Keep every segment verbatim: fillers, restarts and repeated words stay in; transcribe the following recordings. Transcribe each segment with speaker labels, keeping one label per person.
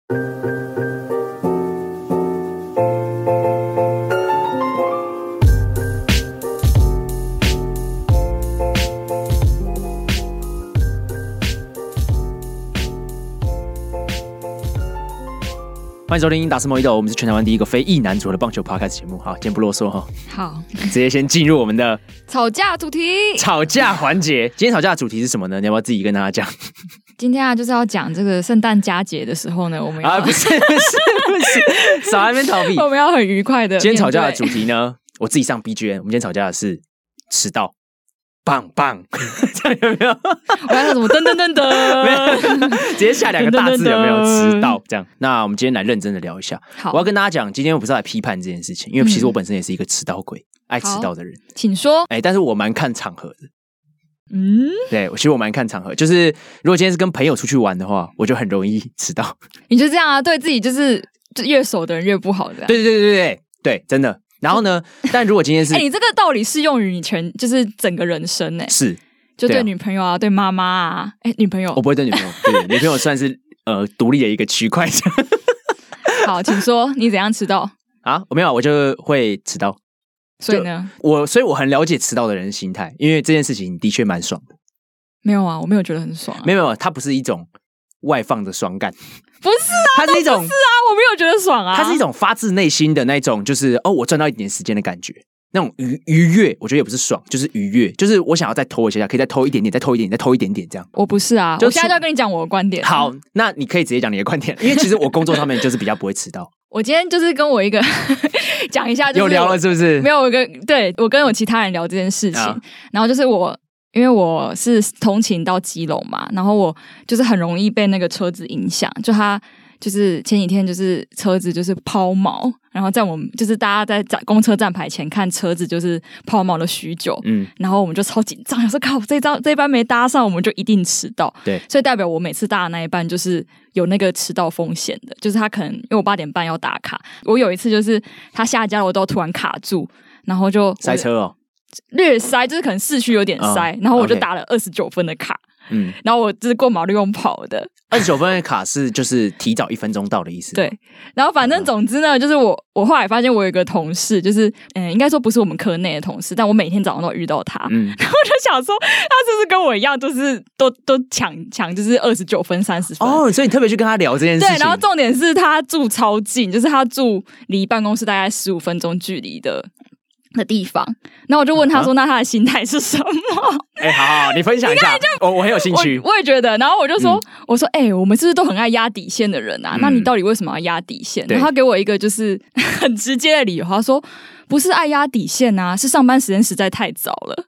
Speaker 1: 欢迎收听达斯莫伊斗，我们是全台湾第一个非裔男主的棒球 podcast 节目。好，今天不啰嗦哈，
Speaker 2: 好，
Speaker 1: 直接先进入我们的
Speaker 2: 吵架主题。
Speaker 1: 吵架环节。今天吵架的主题是什么呢？你要不要自己跟大家讲？
Speaker 2: 今天啊，就是要讲这个圣诞佳节的时候呢，我们要
Speaker 1: 啊，不是不是不是，少在那边逃避。
Speaker 2: 我们要很愉快的。
Speaker 1: 今天吵架的主题呢，我自己上 B G M。我们今天吵架的是迟到。棒棒，这样有没有？
Speaker 2: 我要说什么？噔噔噔噔，
Speaker 1: 直接下两个大字有没有？迟到这样。那我们今天来认真的聊一下。
Speaker 2: 好，
Speaker 1: 我要跟大家讲，今天我不是来批判这件事情，因为其实我本身也是一个迟到鬼，嗯、爱迟到的人。
Speaker 2: 请说。
Speaker 1: 哎、欸，但是我蛮看场合的。
Speaker 2: 嗯，
Speaker 1: 对，其实我蛮看场合，就是如果今天是跟朋友出去玩的话，我就很容易迟到。
Speaker 2: 你就这样啊？对自己就是就越熟的人越不好的、啊。
Speaker 1: 对对对对对对，真的。然后呢？但如果今天是，
Speaker 2: 哎、欸，你这个道理适用于你全，就是整个人生哎、欸。
Speaker 1: 是，
Speaker 2: 就对女朋友啊，对妈妈啊，哎、欸，女朋友，
Speaker 1: 我不会对女朋友，对女朋友算是呃独立的一个区块。
Speaker 2: 好，请说，你怎样迟到
Speaker 1: 啊？我没有，我就会迟到。
Speaker 2: 所以呢，
Speaker 1: 我所以我很了解迟到的人的心态，因为这件事情的确蛮爽的。
Speaker 2: 没有啊，我没有觉得很爽、啊。
Speaker 1: 没有，没有，它不是一种外放的爽感。
Speaker 2: 不是啊，
Speaker 1: 它是一种，
Speaker 2: 不是啊，我没有觉得爽啊。
Speaker 1: 它是一种发自内心的那种，就是哦，我赚到一点时间的感觉，那种愉愉悦。我觉得也不是爽，就是愉悦，就是我想要再偷一下，可以再偷一点点，再偷一点点，再偷一点点，这样。
Speaker 2: 我不是啊，我现在就要跟你讲我的观点。
Speaker 1: 好，那你可以直接讲你的观点，因为其实我工作上面就是比较不会迟到。
Speaker 2: 我今天就是跟我一个讲一下、就是，
Speaker 1: 有聊了是不是？
Speaker 2: 没有，我跟对我跟我其他人聊这件事情，啊、然后就是我。因为我是通勤到基隆嘛，然后我就是很容易被那个车子影响，就他就是前几天就是车子就是抛锚，然后在我们就是大家在公车站牌前看车子就是抛锚了许久，嗯，然后我们就超紧张，想说靠，这一张这一班没搭上，我们就一定迟到，
Speaker 1: 对，
Speaker 2: 所以代表我每次搭的那一班就是有那个迟到风险的，就是他可能因为我八点半要打卡，我有一次就是他下家我都突然卡住，然后就
Speaker 1: 塞车哦。
Speaker 2: 略塞，就是可能市区有点塞，哦、然后我就打了二十九分的卡，嗯，然后我就是过马路用跑的。
Speaker 1: 二十九分的卡是就是提早一分钟到的意思。
Speaker 2: 对，然后反正总之呢，就是我我后来发现我有一个同事，就是嗯，应该说不是我们科内的同事，但我每天早上都遇到他，嗯，然后我就想说，他是不是跟我一样，就是都都抢抢，就是二十九分、三十分
Speaker 1: 哦，所以你特别去跟他聊这件事情。
Speaker 2: 对，然后重点是他住超近，就是他住离办公室大概十五分钟距离的。的地方，那我就问他说：“啊、那他的心态是什么？”
Speaker 1: 哎、欸，好好，你分享一下，我我很有兴趣
Speaker 2: 我。我也觉得，然后我就说：“嗯、我说，哎、欸，我们是不是都很爱压底线的人啊？嗯、那你到底为什么要压底线？”然后他给我一个就是很直接的理由，他说：“不是爱压底线啊，是上班时间实在太早了。”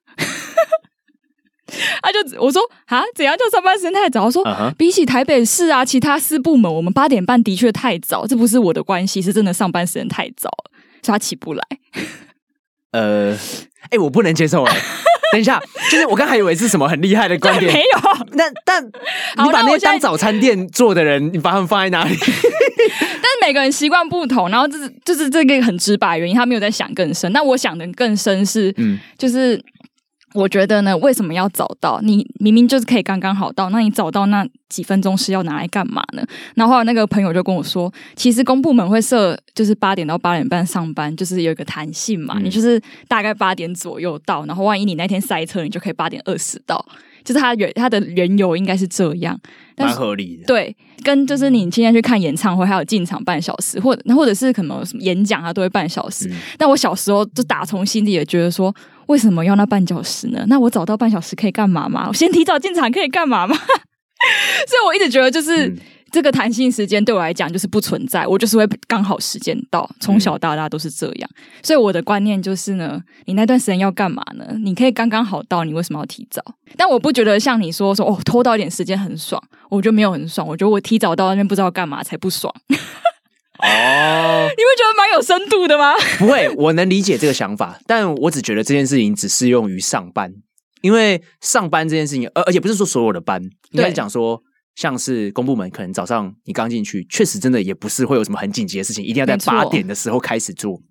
Speaker 2: 他就我说啊，怎样叫上班时间太早？我说、uh-huh. 比起台北市啊，其他私部门，我们八点半的确太早，这不是我的关系，是真的上班时间太早了，所以他起不来。
Speaker 1: 呃，哎、欸，我不能接受哎、欸。等一下，就是我刚还以为是什么很厉害的观点，
Speaker 2: 没有。
Speaker 1: 那但你把那些当早餐店做的人，你把他们放在哪里？
Speaker 2: 但是每个人习惯不同，然后就是就是这个很直白原因，他没有在想更深。但我想的更深是，嗯，就是我觉得呢，为什么要早到？你明明就是可以刚刚好到，那你早到那几分钟是要拿来干嘛呢？然后后来那个朋友就跟我说，其实公部门会设就是八点到八点半上班，就是有一个弹性嘛，嗯、你就是大概八点左右到，然后万一你那天塞车，你就可以八点二十到。就是它原它的缘由应该是这样，
Speaker 1: 蛮合理的。
Speaker 2: 对，跟就是你今天去看演唱会，还有进场半小时，或者或者是可能什么演讲，它都会半小时。嗯、但我小时候就打从心底也觉得说，为什么要那半小时呢？那我早到半小时可以干嘛吗？我先提早进场可以干嘛吗？所以我一直觉得就是。嗯这个弹性时间对我来讲就是不存在，我就是会刚好时间到，从小到大都是这样，嗯、所以我的观念就是呢，你那段时间要干嘛呢？你可以刚刚好到，你为什么要提早？但我不觉得像你说说哦，偷到一点时间很爽，我觉得没有很爽，我觉得我提早到那边不知道干嘛才不爽。哦，你会觉得蛮有深度的吗？
Speaker 1: 不会，我能理解这个想法，但我只觉得这件事情只适用于上班，因为上班这件事情，而而且不是说所有的班，应该讲说。像是公部门，可能早上你刚进去，确实真的也不是会有什么很紧急的事情，一定要在八点的时候开始做。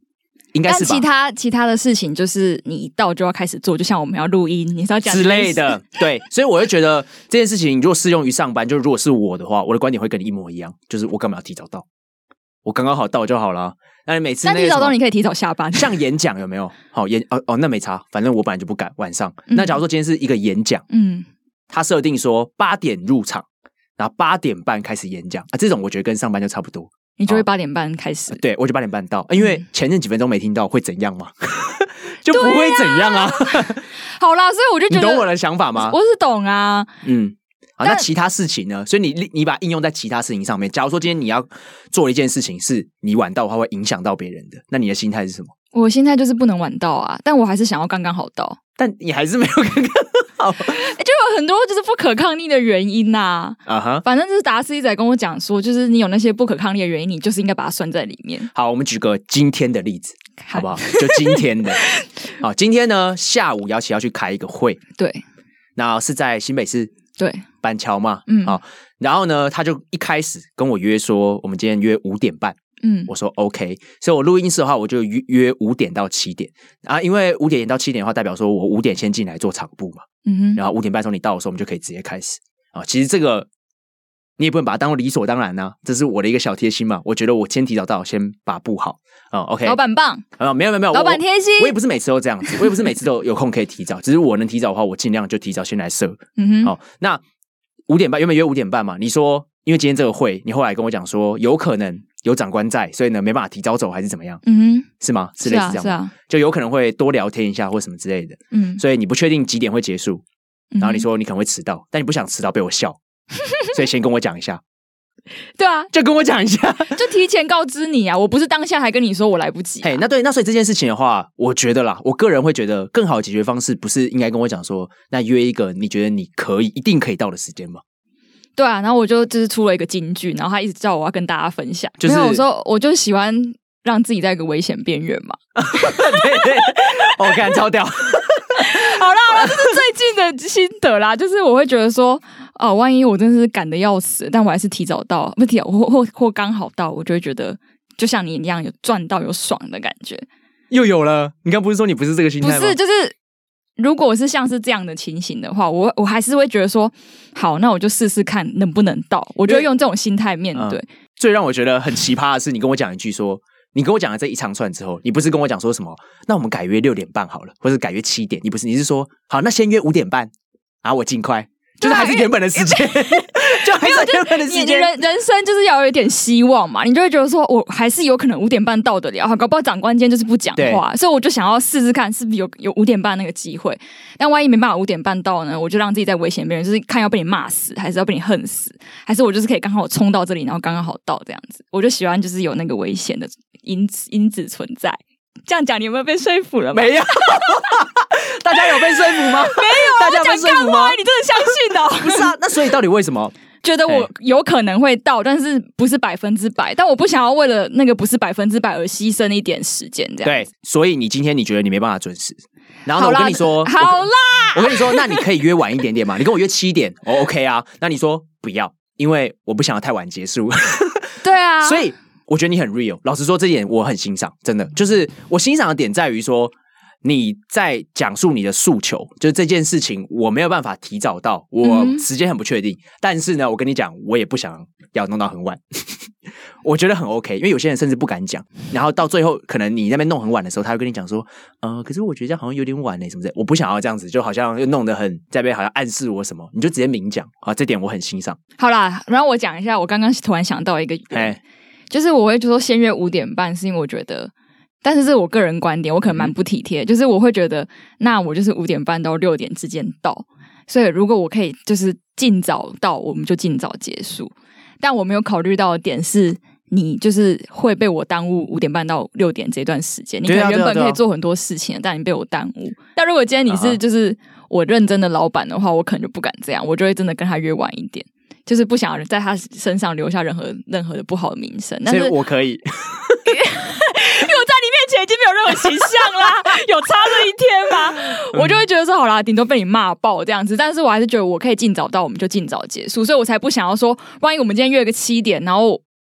Speaker 1: 应该是吧。
Speaker 2: 但其他其他的事情就是你一到就要开始做，就像我们要录音，你是要讲
Speaker 1: 之类的，对，所以我就觉得这件事情如果适用于上班，就如果是我的话，我的观点会跟你一模一样，就是我干嘛要提早到？我刚刚好到就好了。那你每次那个
Speaker 2: 但提早到你可以提早下班，
Speaker 1: 像演讲有没有？好演哦哦，那没差，反正我本来就不赶晚上。嗯、那假如说今天是一个演讲，嗯，他设定说八点入场，然后八点半开始演讲啊，这种我觉得跟上班就差不多。
Speaker 2: 你就会八点半开始，
Speaker 1: 对，我就八点半到，因为前面几分钟没听到会怎样吗？就不会怎样啊。
Speaker 2: 好啦，所以我就觉得
Speaker 1: 你懂我的想法吗？
Speaker 2: 我是懂啊，
Speaker 1: 嗯。好，那其他事情呢？所以你你把它应用在其他事情上面。假如说今天你要做一件事情，是你晚到的话会影响到别人的，那你的心态是什么？
Speaker 2: 我心态就是不能晚到啊，但我还是想要刚刚好到。
Speaker 1: 但你还是没有刚刚好，
Speaker 2: 就有很多就是不可抗力的原因呐。啊哈，反正就是达斯一直在跟我讲说，就是你有那些不可抗力的原因，你就是应该把它算在里面。
Speaker 1: 好，我们举个今天的例子，好不好？就今天的。好，今天呢下午姚琪要去开一个会，
Speaker 2: 对，
Speaker 1: 那是在新北市。
Speaker 2: 对，
Speaker 1: 板桥嘛，嗯，好，然后呢，他就一开始跟我约说，我们今天约五点半，嗯，我说 OK， 所以我录音室的话，我就约约五点到七点啊，因为五点到七点的话，代表说我五点先进来做场部嘛，嗯哼，然后五点半的时候你到的时候，我们就可以直接开始啊。其实这个你也不能把它当做理所当然啊，这是我的一个小贴心嘛，我觉得我先提早到，先把布好啊、哦、，OK，
Speaker 2: 老板棒
Speaker 1: 啊，没有没有没有，
Speaker 2: 老板贴心
Speaker 1: 我，我也不是每次都这样子，我也不是每次都有空可以提早，只是我能提早的话，我尽量就提早先来设，嗯哼，好，那。五点半原本约五点半嘛，你说因为今天这个会，你后来跟我讲说有可能有长官在，所以呢没办法提早走还是怎么样？嗯哼，是吗？是类似这样吗？
Speaker 2: 是啊，是啊，
Speaker 1: 就有可能会多聊天一下或什么之类的。嗯，所以你不确定几点会结束，然后你说你可能会迟到，但你不想迟到被我笑，所以先跟我讲一下。
Speaker 2: 对啊，
Speaker 1: 就跟我讲一下，
Speaker 2: 就提前告知你啊！我不是当下还跟你说我来不及、啊。
Speaker 1: 嘿，那对，那所以这件事情的话，我觉得啦，我个人会觉得更好的解决方式，不是应该跟我讲说，那约一个你觉得你可以一定可以到的时间吗？
Speaker 2: 对啊，然后我就就是出了一个金句，然后他一直叫我要跟大家分享，
Speaker 1: 就是
Speaker 2: 没有我说我就喜欢让自己在一个危险边缘嘛。
Speaker 1: 对对，我看超屌。
Speaker 2: 好啦好啦，这是最近的心得啦，就是我会觉得说，哦，万一我真的是赶得要死，但我还是提早到，不提或或或刚好到，我就会觉得就像你一样有赚到有爽的感觉。
Speaker 1: 又有了，你刚不是说你不是这个心态吗？
Speaker 2: 不是，就是如果是像是这样的情形的话，我我还是会觉得说，好，那我就试试看能不能到，我就会用这种心态面对、嗯。
Speaker 1: 最让我觉得很奇葩的是，你跟我讲一句说。你跟我讲了这一长串之后，你不是跟我讲说什么？那我们改约六点半好了，或者改约七点？你不是，你是说好，那先约五点半，然后我尽快，就是还是原本的时间，就还是原本的时间。
Speaker 2: 你人人生就是要有一点希望嘛，你就会觉得说我还是有可能五点半到得了，搞不好长官今天就是不讲话，所以我就想要试试看是不是有有五点半那个机会。但万一没办法五点半到呢，我就让自己在危险边缘，就是看要被你骂死，还是要被你恨死，还是我就是可以刚好冲到这里，然后刚刚好到这样子。我就喜欢就是有那个危险的因子因子存在。这样讲你有没有被说服了？
Speaker 1: 没有。大家有被说服吗？
Speaker 2: 没有，大家有被说服吗？你真的相信哦？
Speaker 1: 不是啊，那所以到底为什么
Speaker 2: 觉得我有可能会到，但是不是百分之百？但我不想要为了那个不是百分之百而牺牲一点时间，这样。
Speaker 1: 对，所以你今天你觉得你没办法准时，然后呢，我跟你说，
Speaker 2: 好啦，
Speaker 1: 我跟你说，那你可以约晚一点点嘛？你跟我约七点，我 OK 啊？那你说不要，因为我不想要太晚结束。
Speaker 2: 对啊，
Speaker 1: 所以我觉得你很 real。老实说，这点我很欣赏，真的，就是我欣赏的点在于说。你在讲述你的诉求，就是这件事情我没有办法提早到，我时间很不确定、嗯、但是呢我跟你讲我也不想要弄到很晚我觉得很 OK， 因为有些人甚至不敢讲，然后到最后可能你那边弄很晚的时候，他会跟你讲说呃，可是我觉得这样好像有点晚欸什么之类，我不想要这样子，就好像又弄得很在那边好像暗示我什么，你就直接明讲啊，这点我很欣赏。
Speaker 2: 好啦，然后我讲一下，我刚刚突然想到一个点，就是我会说先约五点半是因为我觉得，但是这是我个人观点，我可能蛮不体贴、嗯、就是我会觉得那我就是五点半到六点之间到，所以如果我可以就是尽早到我们就尽早结束，但我没有考虑到的点是你就是会被我耽误五点半到六点这段时间，你可能原本可以做很多事情、啊啊啊、但你被我耽误。但如果今天你是就是我认真的老板的话，我可能就不敢这样，我就会真的跟他约晚一点，就是不想在他身上留下任何任何的不好的名声。但是
Speaker 1: 所以我可以
Speaker 2: 因为我在你面前已经没有任何形象啦有差这一天吗？我就会觉得说好啦，顶多被你骂爆这样子，但是我还是觉得我可以尽早到，我们就尽早结束，所以我才不想要说万一我们今天约个七点，然后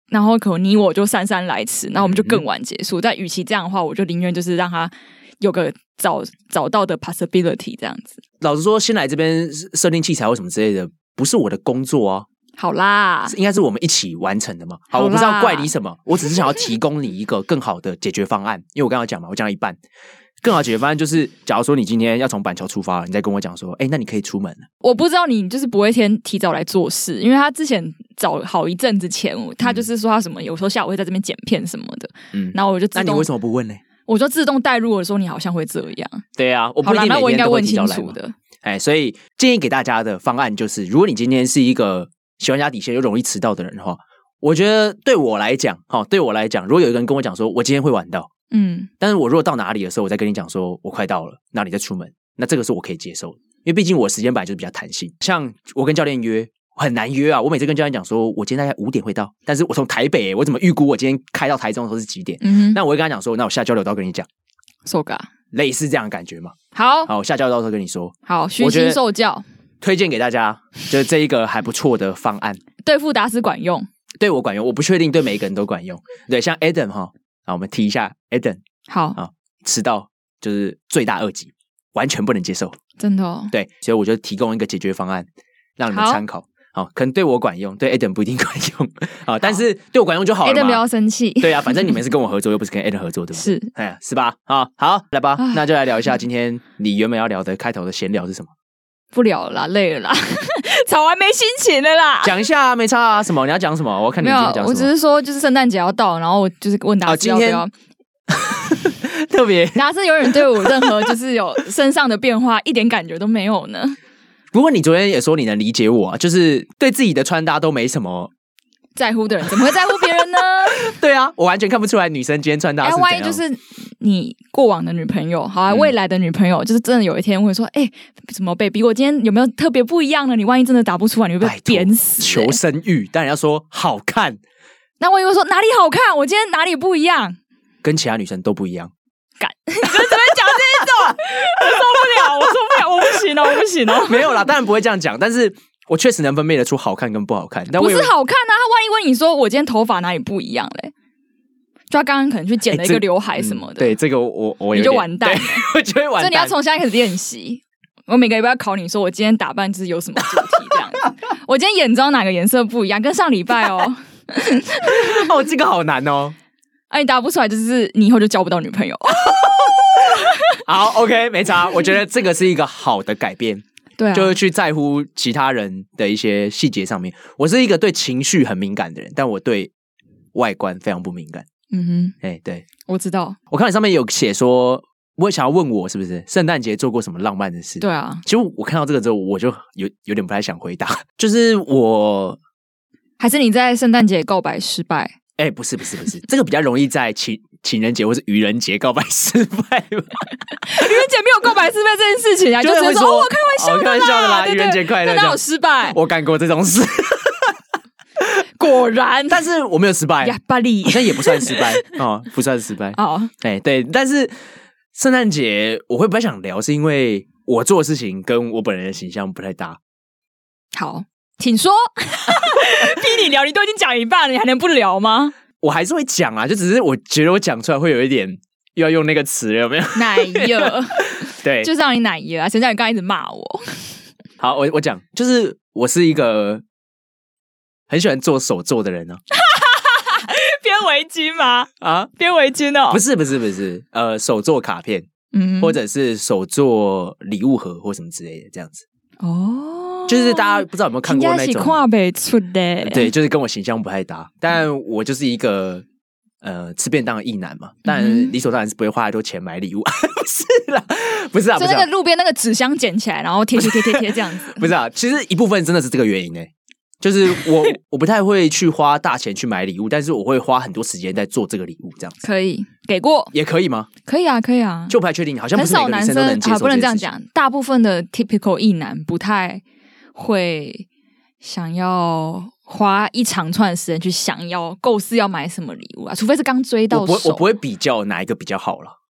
Speaker 2: 然后可能你我就姗姗来迟，然后我们就更晚结束。嗯、但与其这样的话，我就宁愿就是让他有个找找到的 possibility 这样子。
Speaker 1: 老实说，先来这边设定器材或什么之类的，不是我的工作啊。
Speaker 2: 好啦，
Speaker 1: 应该是我们一起完成的嘛。好，我不知道怪你什么，我只是想要提供你一个更好的解决方案。因为我刚刚讲嘛，我讲了一半，更好的解决方案就是，假如说你今天要从板桥出发，你再跟我讲说，哎、欸，那你可以出门了。
Speaker 2: 我不知道你就是不会先提早来做事，因为他之前早好一阵子前，他就是说他什么，有时候下午会在这边剪片什么的，嗯，然后我就自动，
Speaker 1: 那你为什么不问呢？
Speaker 2: 我就自动带入的时候，你好像会这样。
Speaker 1: 对啊，我不一定每天都会提早来嘛。
Speaker 2: 那我应该问清楚的。
Speaker 1: 哎，所以建议给大家的方案就是，如果你今天是一个喜欢压底线又容易迟到的人的话，我觉得对我来讲，哈，对我来讲，如果有一个人跟我讲说，我今天会晚到，嗯，但是我如果到哪里的时候，我再跟你讲说我快到了，那你再出门，那这个是我可以接受的，因为毕竟我时间本来就是比较弹性。像我跟教练约很难约啊，我每次跟教练讲说，我今天大概五点会到，但是我从台北，我怎么预估我今天开到台中的时候是几点？嗯，那我会跟他讲说，那我下交流道跟你讲，
Speaker 2: 受嘎，
Speaker 1: 类似这样的感觉嘛。
Speaker 2: 好，
Speaker 1: 好，下交流道的时候跟你说，
Speaker 2: 好，虚心受教。
Speaker 1: 推荐给大家，就是这一个还不错的方案，
Speaker 2: 对付达斯管用，
Speaker 1: 对我管用，我不确定对每一个人都管用。对，像 Adam 哈，啊，我们提一下 Adam，
Speaker 2: 好
Speaker 1: 啊，迟到就是罪大恶极，完全不能接受，
Speaker 2: 真的哦。
Speaker 1: 对，所以我就提供一个解决方案让你们参考。好，可能对我管用，对 Adam 不一定管用啊，但是对我管用就好了嘛。
Speaker 2: Adam 不要生气。
Speaker 1: 对啊，反正你们是跟我合作，又不是跟 Adam 合作，对不对？
Speaker 2: 是，
Speaker 1: 哎呀，是吧？啊，好，来吧，那就来聊一下今天你原本要聊的开头的闲聊是什么？
Speaker 2: 不聊了啦，累了啦，吵完没心情了啦。
Speaker 1: 讲一下啊，没差啊，什么？你要讲什么？我看你今天讲什么。
Speaker 2: 我只是说，就是圣诞节要到，然后我就是问达斯要不要。
Speaker 1: 特别，
Speaker 2: 达斯永远对我任何就是有身上的变化一点感觉都没有呢。
Speaker 1: 不过你昨天也说你能理解我啊，就是对自己的穿搭都没什么
Speaker 2: 在乎的人，怎么会在乎别人呢？对
Speaker 1: 啊，我完全看不出来女生今天穿搭是怎样。
Speaker 2: 哎，万一就是你过往的女朋友，好啊，嗯、未来的女朋友，就是真的有一天会说，哎、欸，什么 baby， 我今天有没有特别不一样呢？你万一真的答不出来，你会被扁死、欸。
Speaker 1: 求生欲，当然要说好看。
Speaker 2: 那万一会说哪里好看？我今天哪里不一样？
Speaker 1: 跟其他女生都不一样。
Speaker 2: 干，你就只会讲这一种，我受不了，我受不了，我不行哦，我不行哦。
Speaker 1: 没有啦，当然不会这样讲，但是我确实能分辨得出好看跟不好看。但
Speaker 2: 不是好看啊，他万一问你说我今天头发哪里不一样嘞？就他刚刚可能去剪了一个刘海什么的，
Speaker 1: 欸嗯、对这个我我
Speaker 2: 你就完蛋了，
Speaker 1: 我就会完蛋。
Speaker 2: 所以你要从现在开始练习。我每个礼拜要考你说我今天打扮就是有什么主题这样子。我今天眼妆哪个颜色不一样，跟上礼拜哦。
Speaker 1: 哦，这个好难哦。
Speaker 2: 啊，你答不出来，就是你以后就交不到女朋友。
Speaker 1: 好 ，OK， 没差。我觉得这个是一个好的改变。
Speaker 2: 对啊，
Speaker 1: 就是去在乎其他人的一些细节上面。我是一个对情绪很敏感的人，但我对外观非常不敏感。嗯哼，哎、欸，对，
Speaker 2: 我知道。
Speaker 1: 我看你上面有写说，我想要问我是不是圣诞节做过什么浪漫的事？
Speaker 2: 对啊，
Speaker 1: 其实我看到这个之后，我就有有点不太想回答。就是我，
Speaker 2: 还是你在圣诞节告白失败？
Speaker 1: 哎、欸，不是不是不是，这个比较容易在情情人节或是愚人节告白失败吧。愚
Speaker 2: 人节没有告白失败这件事情啊，就只是说哦，我开玩笑的啦，
Speaker 1: 哦、开玩笑的啦，愚人节快乐，
Speaker 2: 哪有失败？
Speaker 1: 我干过这种事。
Speaker 2: 果然，
Speaker 1: 但是我没有失败，
Speaker 2: 呀，巴黎
Speaker 1: 好像也不算失败哦，不算失败
Speaker 2: 哦。
Speaker 1: 哎，对，但是圣诞节我会不太想聊，是因为我做的事情跟我本人的形象不太搭。
Speaker 2: 好，请说。逼你聊，你都已经讲一半了，你还能不聊吗？
Speaker 1: 我还是会讲啊，就只是我觉得我讲出来会有一点又要用那个词了，有没有？
Speaker 2: 奶油，
Speaker 1: 对，
Speaker 2: 就是让你奶油啊！谁叫你刚刚一直骂我？
Speaker 1: 好，我我讲，就是我是一个很喜欢做手作的人呢、啊。
Speaker 2: 编围巾吗？啊，编围巾哦？
Speaker 1: 不是，不是，不是，呃，手做卡片，嗯，或者是手做礼物盒或什么之类的，这样子。哦，就是大家不知道有没有看过那种，
Speaker 2: 看不出的，
Speaker 1: 对，就是跟我形象不太搭，但我就是一个呃吃便当的异男嘛，但理所当然是不会花太多钱买礼物，不是啦，不是啊，
Speaker 2: 就那个路边那个纸箱捡起来，然后贴贴贴贴贴这样子，
Speaker 1: 不是啊，其实一部分真的是这个原因诶、欸，就是我我不太会去花大钱去买礼物，但是我会花很多时间在做这个礼物，这样子
Speaker 2: 可以给过也
Speaker 1: 可以吗？
Speaker 2: 可以啊，可以啊，
Speaker 1: 就不太确定，好像不是每个女生都能接受这件事情。很少男生啊，
Speaker 2: 不能这样讲，大部分的 typical 异男不太会想要花一长串时间去想要构思要买什么礼物啊，除非是刚追到手。
Speaker 1: 我不会，我不会比较哪一个比较好了。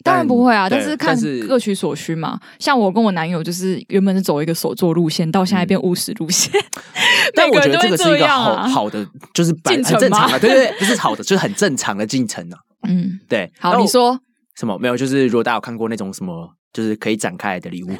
Speaker 2: 当然不会啊，但
Speaker 1: 是
Speaker 2: 看各取所需嘛。像我跟我男友就是原本是走一个手作路线，到现在变务实路线。嗯、
Speaker 1: 但我觉得这个是一个好、
Speaker 2: 啊、
Speaker 1: 好的，就是很正常的，对对对，不是好的，就是很正常的进程啊。嗯，对。
Speaker 2: 好，你说
Speaker 1: 什么？没有，就是如果大家有看过那种什么，就是可以展开来的礼物。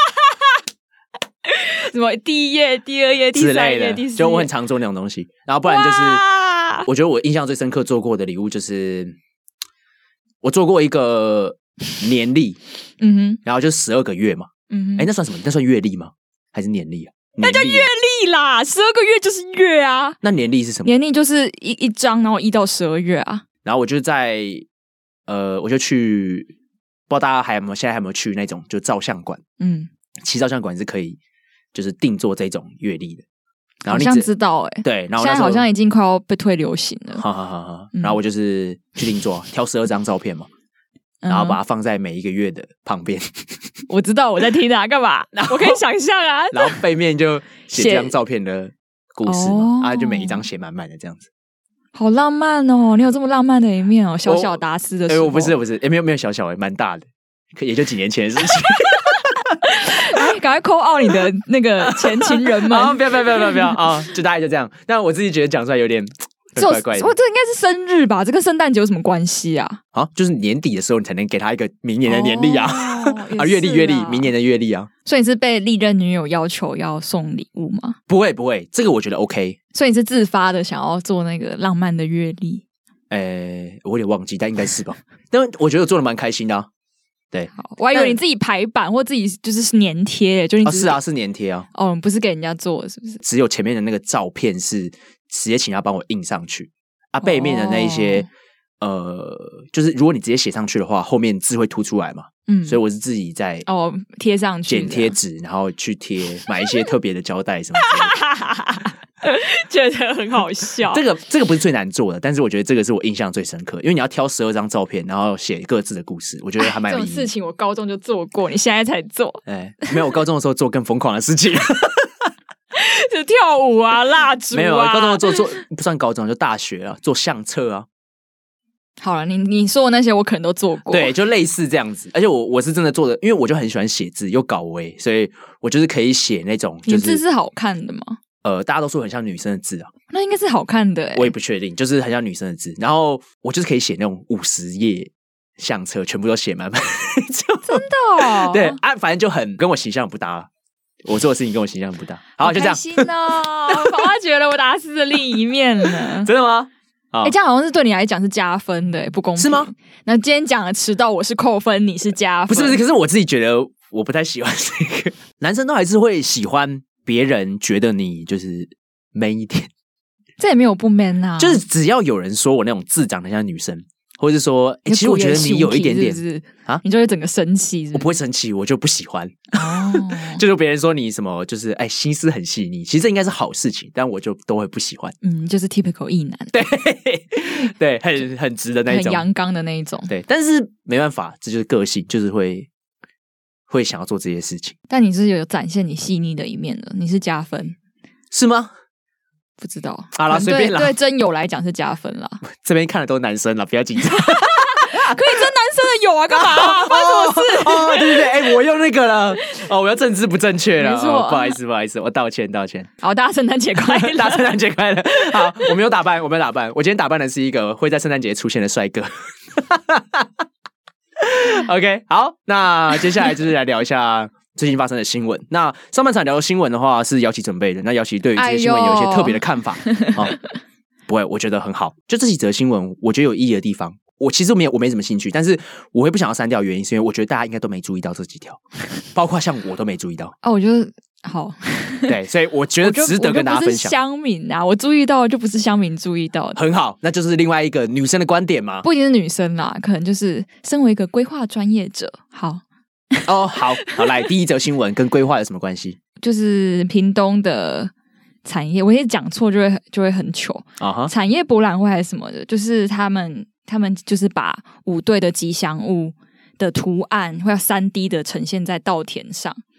Speaker 2: 什么第一页、第二页、第三页、第四页，
Speaker 1: 就我很常做那种东西。然后不然就是，我觉得我印象最深刻做过的礼物就是，我做过一个年历，嗯哼，然后就十二个月嘛，嗯哼，哎，那算什么？那算月历吗？还是年历啊？
Speaker 2: 那叫月历啦，十二个月就是月啊。
Speaker 1: 那年历是什么？
Speaker 2: 年历就是一一张，然后一到十二月啊。
Speaker 1: 然后我就在呃，我就去，不知道大家还有没有现在还有没有去那种就照相馆？嗯，其实照相馆是可以。就是定做这种月历的，然后你
Speaker 2: 好像知道哎、欸，
Speaker 1: 对，然后
Speaker 2: 现在好像已经快要被退流行了。
Speaker 1: 好好好好，然后我就是去定做，挑十二张照片嘛，然后把它放在每一个月的旁边。
Speaker 2: 我知道我在听啊，干嘛？我可以想象啊。
Speaker 1: 然后背面就写这张照片的故事嘛，啊，就每一张写满满的这样子。
Speaker 2: 好浪漫哦！你有这么浪漫的一面哦，小小达斯的时候。
Speaker 1: 哎、欸，我不是，不是，也没有没有小小，蛮大的，也就几年前的事情。
Speaker 2: 哎，赶快call out你的那个前情人们！
Speaker 1: 啊，不要不要不要不要不要啊！就大概就这样。但我自己觉得讲出来有点怪怪的。
Speaker 2: 我这应该是生日吧？这跟圣诞节有什么关系啊？
Speaker 1: 啊，就是年底的时候，你才能给他一个明年的年历啊，哦、啊，月历月历，明年的月历啊。
Speaker 2: 所以你是被历任女友要求要送礼物吗？
Speaker 1: 不会不会，这个我觉得 OK。
Speaker 2: 所以你是自发的想要做那个浪漫的月历？
Speaker 1: 呃，我有点忘记，但应该是吧。但我觉得我做的蛮开心的啊。对，
Speaker 2: 我还以为你自己排版或自己就是粘贴，就你、
Speaker 1: 哦、是啊，是粘贴啊。
Speaker 2: 哦，不是给人家做的，是不是？
Speaker 1: 只有前面的那个照片是直接请他帮我印上去啊，背面的那一些、哦、呃，就是如果你直接写上去的话，后面字会凸出来嘛。嗯，所以我是自己在
Speaker 2: 哦贴上去，
Speaker 1: 剪贴纸，然后去贴，买一些特别的胶带什么之类的。
Speaker 2: 觉得很好笑。
Speaker 1: 这个这个不是最难做的，但是我觉得这个是我印象最深刻，因为你要挑十二张照片，然后写各自的故事，我觉得还蛮有意义。
Speaker 2: 这种事情我高中就做过，你现在才做？
Speaker 1: 哎，没有，我高中的时候做更疯狂的事情，
Speaker 2: 就跳舞啊、蜡烛啊。
Speaker 1: 没有，高中的做做不算高中，就大学啊，做相册啊。
Speaker 2: 好了，你你说的那些我可能都做过，
Speaker 1: 对，就类似这样子。而且我我是真的做的，因为我就很喜欢写字，又搞微，所以我就是可以写那种、就是。
Speaker 2: 你字是好看的吗？
Speaker 1: 呃，大家都说很像女生的字啊，
Speaker 2: 那应该是好看的、欸。
Speaker 1: 我也不确定，就是很像女生的字。然后我就是可以写那种五十页相册，全部都写满满。
Speaker 2: 真的、哦？
Speaker 1: 对啊，反正就很跟我形象不搭。我做的事情跟我形象不搭。好，就这样。
Speaker 2: 开心哦！我发觉了我达斯的另一面了。
Speaker 1: 真的吗？
Speaker 2: 哎、欸，这样好像是对你来讲是加分的，不公平是吗？那今天讲的迟到，我是扣分，你是加分，
Speaker 1: 不是不是？可是我自己觉得我不太喜欢这个。男生都还是会喜欢别人觉得你就是 man 一点，
Speaker 2: 这也没有不 man 啊。
Speaker 1: 就是只要有人说我那种字长得像女生，或者是说，欸、其实我觉得你有一点点
Speaker 2: 是是啊，你就会整个生气是不是。
Speaker 1: 我不会生气，我就不喜欢。哦，就是别人说你什么，就是哎，心思很细腻，其实这应该是好事情，但我就都会不喜欢。
Speaker 2: 嗯，就是 typical 异男，
Speaker 1: 对对，很很直的那一种，
Speaker 2: 很阳刚的那一种。
Speaker 1: 对，但是没办法，这就是个性，就是会会想要做这些事情。
Speaker 2: 但你是有展现你细腻的一面的，你是加分，
Speaker 1: 是吗？
Speaker 2: 不知道。
Speaker 1: 好啦，随便啦。
Speaker 2: 对真友来讲是加分啦。
Speaker 1: 这边看的都是男生啦，不要紧张。
Speaker 2: 可以争男生的友啊，干嘛、啊？发生什么事？
Speaker 1: 哦，对对对，哎、欸，我用那个了。哦，我要政治不正确了。
Speaker 2: 没错、
Speaker 1: 哦，不好意思，不好意思，我道歉，道歉。
Speaker 2: 好，大家圣诞节快乐！
Speaker 1: 大家圣诞节快乐！好，我没有打扮，我没有打扮，我今天打扮的是一个会在圣诞节出现的帅哥。OK， 好，那接下来就是来聊一下最近发生的新闻。那上半场聊的新闻的话是姚琪准备的，那姚琪对于这些新闻有一些特别的看法。好、哎哦，不会，我觉得很好。就这几则新闻，我觉得有意义的地方。我其实没有，我没什么兴趣，但是我会不想要删掉，原因是因为我觉得大家应该都没注意到这几条，包括像我都没注意到。
Speaker 2: 哦，我觉得好，
Speaker 1: 对，所以我觉得值得跟大家分享。
Speaker 2: 乡民啊，我注意到就不是乡民注意到的，
Speaker 1: 很好，那就是另外一个女生的观点嘛，
Speaker 2: 不一定是女生啦，可能就是身为一个规划专业者。好，
Speaker 1: 哦，好好来，第一则新闻跟规划有什么关系？
Speaker 2: 就是屏东的产业，我一讲错就会就会很糗啊哈，产业博览会还是什么的，就是他们。他们就是把五队的吉祥物的图案会要 三 D 的呈现在稻田上，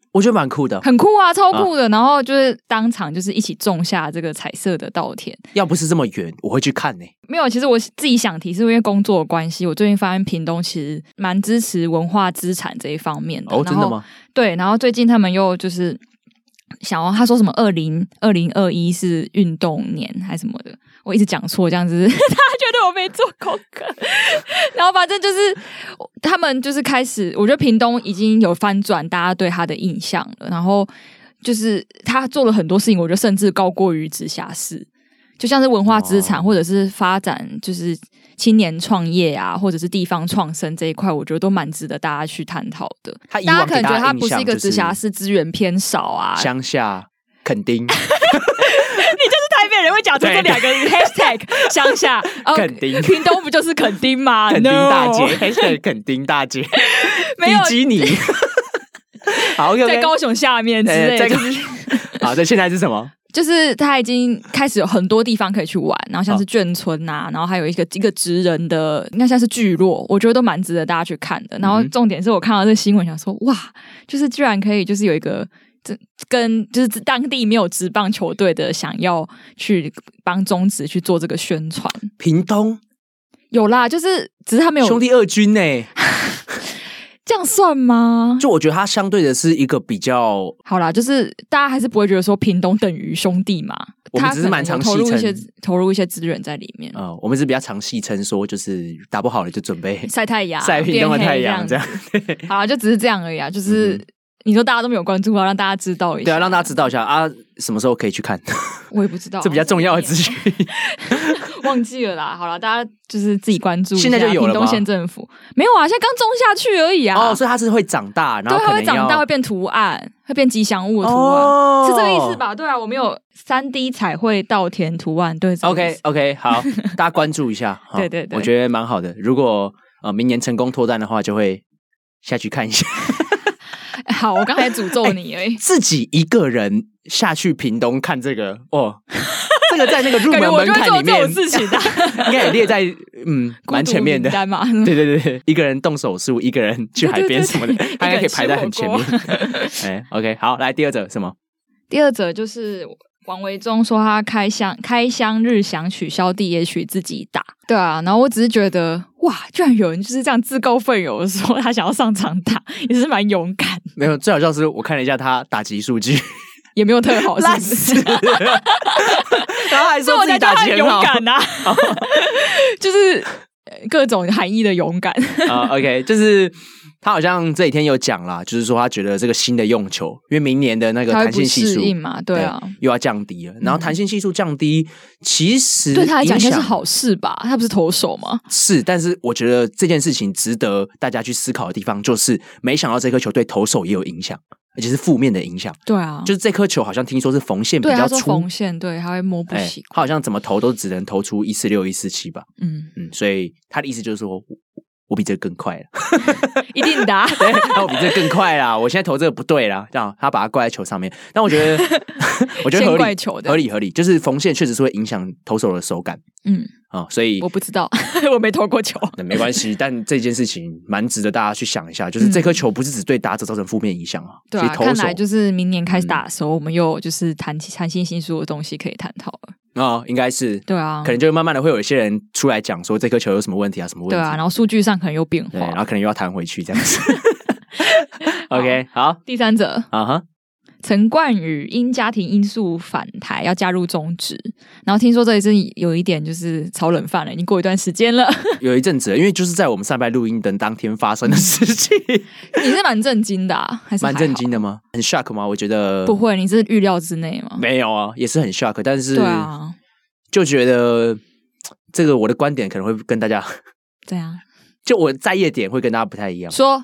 Speaker 1: 我觉得蛮酷的，
Speaker 2: 很酷啊，超酷的。啊、然后就是当场就是一起种下这个彩色的稻田。
Speaker 1: 要不是这么远，我会去看呢、欸。
Speaker 2: 没有，其实我自己想提，是因为工作的关系，我最近发现屏东其实蛮支持文化资产这一方面的。
Speaker 1: 哦，真的吗？
Speaker 2: 对，然后最近他们又就是想要，他说什么二零二零二一是运动年还是什么的，我一直讲错这样子，他觉得我没做功课。然后反正就是他们就是开始，我觉得屏东已经有翻转大家对他的印象了。然后就是他做了很多事情，我觉得甚至高过于直辖市。就像是文化资产，或者是发展，就是青年创业啊，或者是地方创生这一块，我觉得都蛮值得大家去探讨的。
Speaker 1: 大
Speaker 2: 家可能觉得它不是一个直辖市，资源偏少啊，
Speaker 1: 乡下垦丁。你就是
Speaker 2: 台北人会讲出这两个 hashtag 乡下
Speaker 1: 垦丁，
Speaker 2: 屏东不就是垦丁吗？
Speaker 1: 垦丁大街 hashtag 垦丁大街，
Speaker 2: 没有
Speaker 1: 比基尼。好， okay, okay,
Speaker 2: 在高雄下面之类的。就是
Speaker 1: 好，这现在是什么？
Speaker 2: 就是他已经开始有很多地方可以去玩，然后像是眷村啊，哦、然后还有一个一个职人的，应该像是聚落，我觉得都蛮值得大家去看的。然后重点是我看到这个新闻，想说哇，就是居然可以，就是有一个这跟就是当地没有职棒球队的，想要去帮中职去做这个宣传。
Speaker 1: 屏东
Speaker 2: 有啦，就是只是他没有
Speaker 1: 兄弟二军呢、欸。
Speaker 2: 这样算吗？
Speaker 1: 就我觉得它相对的是一个比较
Speaker 2: 好啦，就是大家还是不会觉得说屏东等于兄弟嘛。
Speaker 1: 我们只是蛮常戏称
Speaker 2: 投入一些投入一些资源在里面。
Speaker 1: 呃，我们是比较常戏称说，就是打不好了就准备
Speaker 2: 晒太阳，
Speaker 1: 晒屏东的太阳这样。
Speaker 2: 好啦，就只是这样而已啊，就是。嗯你说大家都没有关注啊，让大家知道一下。
Speaker 1: 对啊，让大家知道一下啊，什么时候可以去看？
Speaker 2: 我也不知道，
Speaker 1: 这比较重要的资讯，
Speaker 2: 忘记了啦。好啦，大家就是自己关注一下。
Speaker 1: 现在就有了吗？
Speaker 2: 屏东县政府没有啊，现在刚种下去而已啊。
Speaker 1: 哦，所以它是会长大，然后
Speaker 2: 对，它会长大，会变图案，会变吉祥物的图案，哦、是这个意思吧？对啊，我们有三 D 彩绘稻田图案，对。
Speaker 1: OK OK， 好，大家关注一下。
Speaker 2: 对对对，
Speaker 1: 我觉得蛮好的。如果呃明年成功脱单的话，就会下去看一下。
Speaker 2: 好，我刚才诅咒你而已、欸。
Speaker 1: 自己一个人下去屏东看这个哦，这个在那个入门门槛里面，
Speaker 2: 事情的
Speaker 1: 应该也列在嗯蛮前面的。
Speaker 2: 嘛
Speaker 1: 对对对，一个人动手术，一个人去海边什么的，他应该可以排在很前面。哎，OK， 好，来第二则什么？
Speaker 2: 第二则就是王维忠说他开箱开箱日想取消地也许自己打。对啊，然后我只是觉得哇，居然有人就是这样自告奋勇的说他想要上场打，也是蛮勇敢。
Speaker 1: 没有，最好笑是我看了一下他打击数据，
Speaker 2: 也没有特好，
Speaker 1: 烂死。然后还说自己打击很好，
Speaker 2: 勇敢啊，就是各种含义的勇敢。
Speaker 1: 啊、uh, ，OK， 就是他好像这几天有讲啦，就是说他觉得这个新的用球，因为明年的那个弹性系数
Speaker 2: 嘛，对啊，
Speaker 1: 对又要降低了。然后弹性系数降低，嗯、其实
Speaker 2: 对他来讲应该是好事吧？他不是投手吗？
Speaker 1: 是，但是我觉得这件事情值得大家去思考的地方，就是没想到这颗球对投手也有影响。而且是负面的影响，
Speaker 2: 对啊，
Speaker 1: 就是这颗球好像听说是缝线比较粗，
Speaker 2: 缝线对，它会摸不习惯，
Speaker 1: 他好像怎么投都只能投出一四六一四七吧，
Speaker 2: 嗯
Speaker 1: 嗯，所以他的意思就是说，我比这个更快了，
Speaker 2: 一定的、啊，
Speaker 1: 对，那我比这个更快啦，我现在投这个不对啦，这样他把它怪在球上面，但我觉得我觉得合理，合理合理，就是缝线确实是会影响投手的手感，
Speaker 2: 嗯。
Speaker 1: 啊、哦，所以
Speaker 2: 我不知道，我没投过球，
Speaker 1: 那没关系。但这件事情蛮值得大家去想一下，就是这颗球不是只对打者造成负面影响啊。
Speaker 2: 对啊，看来就是明年开始打的时候，嗯、我们又就是谈谈性系数的东西可以探讨了。
Speaker 1: 哦，应该是
Speaker 2: 对啊，
Speaker 1: 可能就慢慢的会有一些人出来讲说这颗球有什么问题啊，什么问题？
Speaker 2: 对啊，然后数据上可能有变化，
Speaker 1: 对，然后可能又要弹回去这样子。OK， 好，
Speaker 2: 第三则
Speaker 1: 啊哈。
Speaker 2: 陈冠宇因家庭因素返台，要加入中职，然后听说这也是有一点就是炒冷饭了，已经过一段时间了，
Speaker 1: 有一阵子了，因为就是在我们上拜录音的当天发生的事情。
Speaker 2: 你是蛮震惊的、啊，还是
Speaker 1: 蛮震惊的吗？很 shock 吗？我觉得
Speaker 2: 不会，你是预料之内吗？
Speaker 1: 没有啊，也是很 shock， 但是
Speaker 2: 对啊，
Speaker 1: 就觉得这个我的观点可能会跟大家
Speaker 2: 对啊，
Speaker 1: 就我在意的点会跟大家不太一样。
Speaker 2: 说。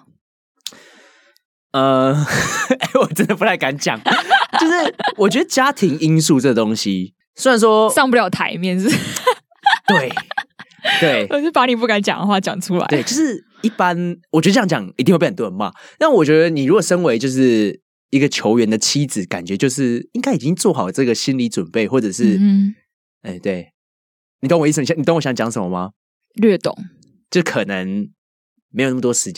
Speaker 1: 呃，哎，我真的不太敢讲，就是我觉得家庭因素这东西，虽然说
Speaker 2: 上不了台面是，
Speaker 1: 对对，
Speaker 2: 我是把你不敢讲的话讲出来。
Speaker 1: 对，就是一般，我觉得这样讲一定会被很多人骂。但我觉得你如果身为就是一个球员的妻子，感觉就是应该已经做好这个心理准备，或者是，嗯，哎，对，你懂我意思？你你懂我想讲什么吗？
Speaker 2: 略懂，
Speaker 1: 就可能没有那么多时间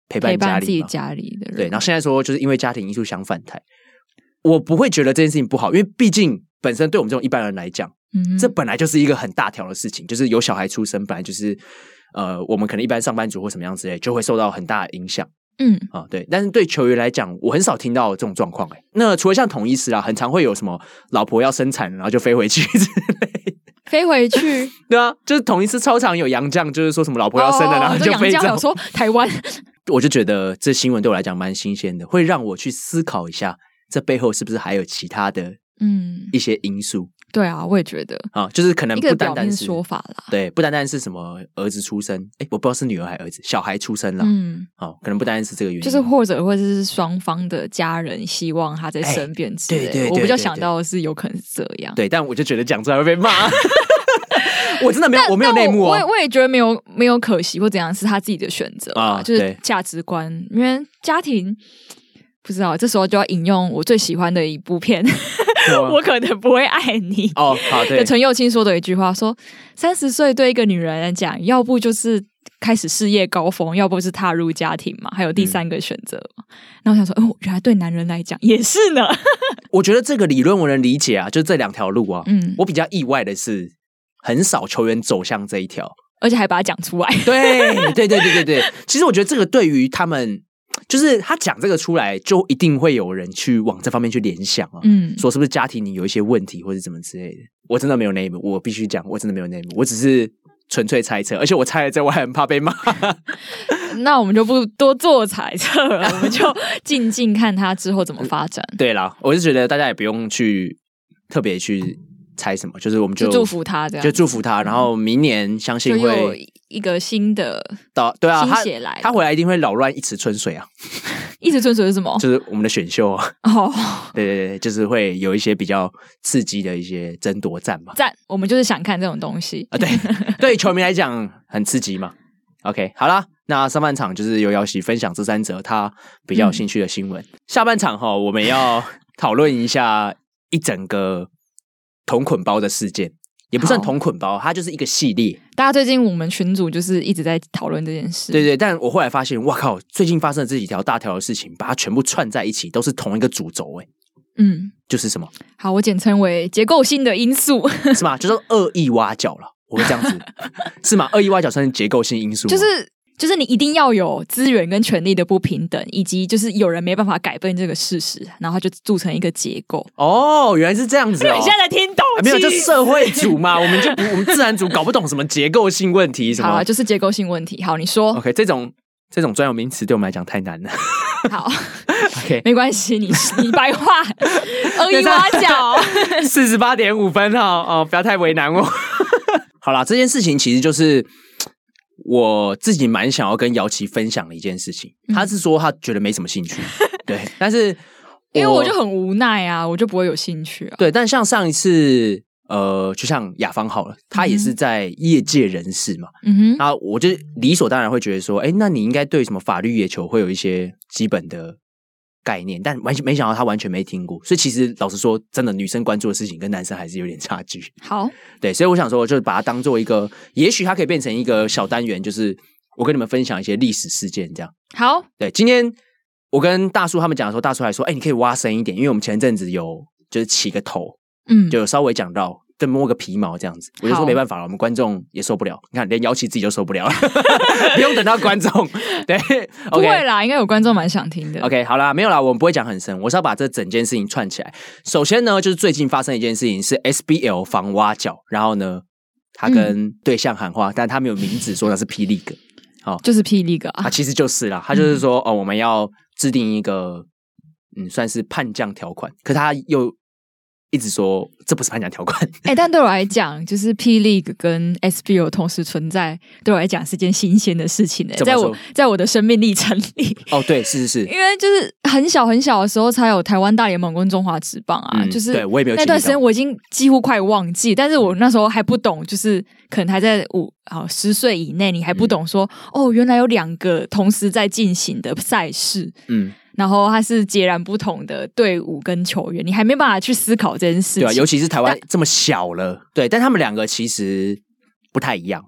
Speaker 1: 陪伴家里嘛，
Speaker 2: 陪伴自己家里的人。
Speaker 1: 对，然后现在说就是因为家庭因素想返台，我不会觉得这件事情不好，因为毕竟本身对我们这种一般人来讲，嗯，这本来就是一个很大条的事情，就是有小孩出生，本来就是呃，我们可能一般上班族或什么样之类，就会受到很大的影响。嗯啊，对，但是对球员来讲，我很少听到这种状况哎。那除了像统一师啊，很常会有什么老婆要生产，然后就飞回去之类，
Speaker 2: 飞回去，
Speaker 1: 对啊，就是统一师超常有洋将，就是说什么老婆要生了，哦、然后就飞走。
Speaker 2: 洋将有说台湾，
Speaker 1: 我就觉得这新闻对我来讲蛮新鲜的，会让我去思考一下，这背后是不是还有其他的嗯一些因素。
Speaker 2: 对啊，我也觉得
Speaker 1: 啊，就是可能不单单是
Speaker 2: 说法啦，
Speaker 1: 对，不单单是什么儿子出生，哎，我不知道是女儿还是儿子，小孩出生了，嗯，哦，可能不单单是这个原因，
Speaker 2: 就是或者或者是双方的家人希望他在身边之类的，对对对，我比较想到的是有可能是这样，
Speaker 1: 对，但我就觉得讲出来会被骂，我真的没有，我没有内幕
Speaker 2: 哦，我我也觉得没有没有可惜或怎样，是他自己的选择啊，就是价值观，因为家庭不知道，这时候就要引用我最喜欢的一部片。我可能不会爱你
Speaker 1: 哦，好，对，
Speaker 2: 陈幼卿说的一句话说，三十岁对一个女人来讲，要不就是开始事业高峰，要不是踏入家庭嘛，还有第三个选择嘛。嗯、然后我想说，哦，原来对男人来讲也是呢。
Speaker 1: 我觉得这个理论我能理解啊，就是这两条路啊。嗯，我比较意外的是，很少球员走向这一条，
Speaker 2: 而且还把它讲出来。
Speaker 1: 对，对，对，对，对，对。其实我觉得这个对于他们。就是他讲这个出来，就一定会有人去往这方面去联想啊，嗯，说是不是家庭里有一些问题，或者怎么之类的。我真的没有内幕，我必须讲，我真的没有内幕，我只是纯粹猜测，而且我猜了之后，我还很怕被骂。
Speaker 2: 那我们就不多做猜测了，我们就静静看他之后怎么发展。
Speaker 1: 对啦，我是觉得大家也不用去特别去猜什么，就是我们就
Speaker 2: 祝福他这样，
Speaker 1: 就祝福他，然后明年相信会
Speaker 2: 有一个新的
Speaker 1: 到对啊，
Speaker 2: 心血来，
Speaker 1: 他回来一定会扰乱一池春水啊！
Speaker 2: 一池春水是什么？
Speaker 1: 就是我们的选秀啊！哦，对对对，就是会有一些比较刺激的一些争夺战嘛。
Speaker 2: 战，我们就是想看这种东西
Speaker 1: 啊！对，对球迷来讲很刺激嘛。OK， 好啦，那上半场就是由姚喜分享这三则他比较有兴趣的新闻，嗯、下半场哈，我们要讨论一下一整个同捆包的事件。也不算同捆包，它就是一个系列。
Speaker 2: 大家最近我们群组就是一直在讨论这件事。
Speaker 1: 对对，但我后来发现，哇靠！最近发生的这几条大条的事情，把它全部串在一起，都是同一个主轴。哎，嗯，就是什么？
Speaker 2: 好，我简称为结构性的因素，
Speaker 1: 是吗？就是恶意挖角了，我会这样子，是吗？恶意挖角算是结构性因素吗？
Speaker 2: 就是。就是你一定要有资源跟权力的不平等，以及就是有人没办法改变这个事实，然后就组成一个结构。
Speaker 1: 哦，原来是这样子哦！
Speaker 2: 你现在才听懂、
Speaker 1: 啊？没有，就社会组嘛，我们就不我们自然组搞不懂什么结构性问题什么。
Speaker 2: 好啊，就是结构性问题。好，你说。
Speaker 1: OK， 这种这种专有名词对我们来讲太难了。
Speaker 2: 好
Speaker 1: ，OK，
Speaker 2: 没关系，你你白话恶意挖角，
Speaker 1: 四十八点五分哈哦，不要太为难我。好啦，这件事情其实就是。我自己蛮想要跟姚琪分享的一件事情，嗯、他是说他觉得没什么兴趣，对，但是
Speaker 2: 因为我就很无奈啊，我就不会有兴趣啊。
Speaker 1: 对，但像上一次，呃，就像雅芳好了，他也是在业界人士嘛，嗯哼，然后我就理所当然会觉得说，哎，那你应该对什么法律野球会有一些基本的概念，但完全没想到他完全没听过，所以其实老实说，真的女生关注的事情跟男生还是有点差距。
Speaker 2: 好，
Speaker 1: 对，所以我想说，就是把它当做一个，也许它可以变成一个小单元，就是我跟你们分享一些历史事件，这样。
Speaker 2: 好，
Speaker 1: 对，今天我跟大叔他们讲的时候，大叔还说，哎、欸，你可以挖深一点，因为我们前阵子有就是起个头，嗯，就有稍微讲到。就摸个皮毛这样子，我就说没办法了，我们观众也受不了。你看，连姚琪自己就受不了了，不用等到观众。对， okay
Speaker 2: 不会啦，应该有观众蛮想听的。
Speaker 1: OK， 好啦，没有啦，我们不会讲很深，我是要把这整件事情串起来。首先呢，就是最近发生一件事情是 S B L 防挖角，然后呢，他跟对象喊话，嗯、但他没有名字说他是 P League， 好、哦，
Speaker 2: 就是 P League 啊，
Speaker 1: 他其实就是啦，他就是说、嗯、哦，我们要制定一个嗯，算是叛将条款，可他又。一直说这不是颁奖条款，
Speaker 2: 哎、欸，但对我来讲，就是 P League 跟 S B L 同时存在，对我来讲是件新鲜的事情呢、欸。在我在我的生命历程里，
Speaker 1: 哦，对，是是是，
Speaker 2: 因为就是很小很小的时候才有台湾大联盟跟中华职棒啊，嗯、就是
Speaker 1: 对我也没有
Speaker 2: 那段时间我已经几乎快忘记，但是我那时候还不懂，就是可能还在五啊十岁以内，你还不懂说、嗯、哦，原来有两个同时在进行的赛事，嗯。然后它是截然不同的队伍跟球员，你还没办法去思考这件事情。
Speaker 1: 对啊，尤其是台湾这么小了，对，但他们两个其实不太一样。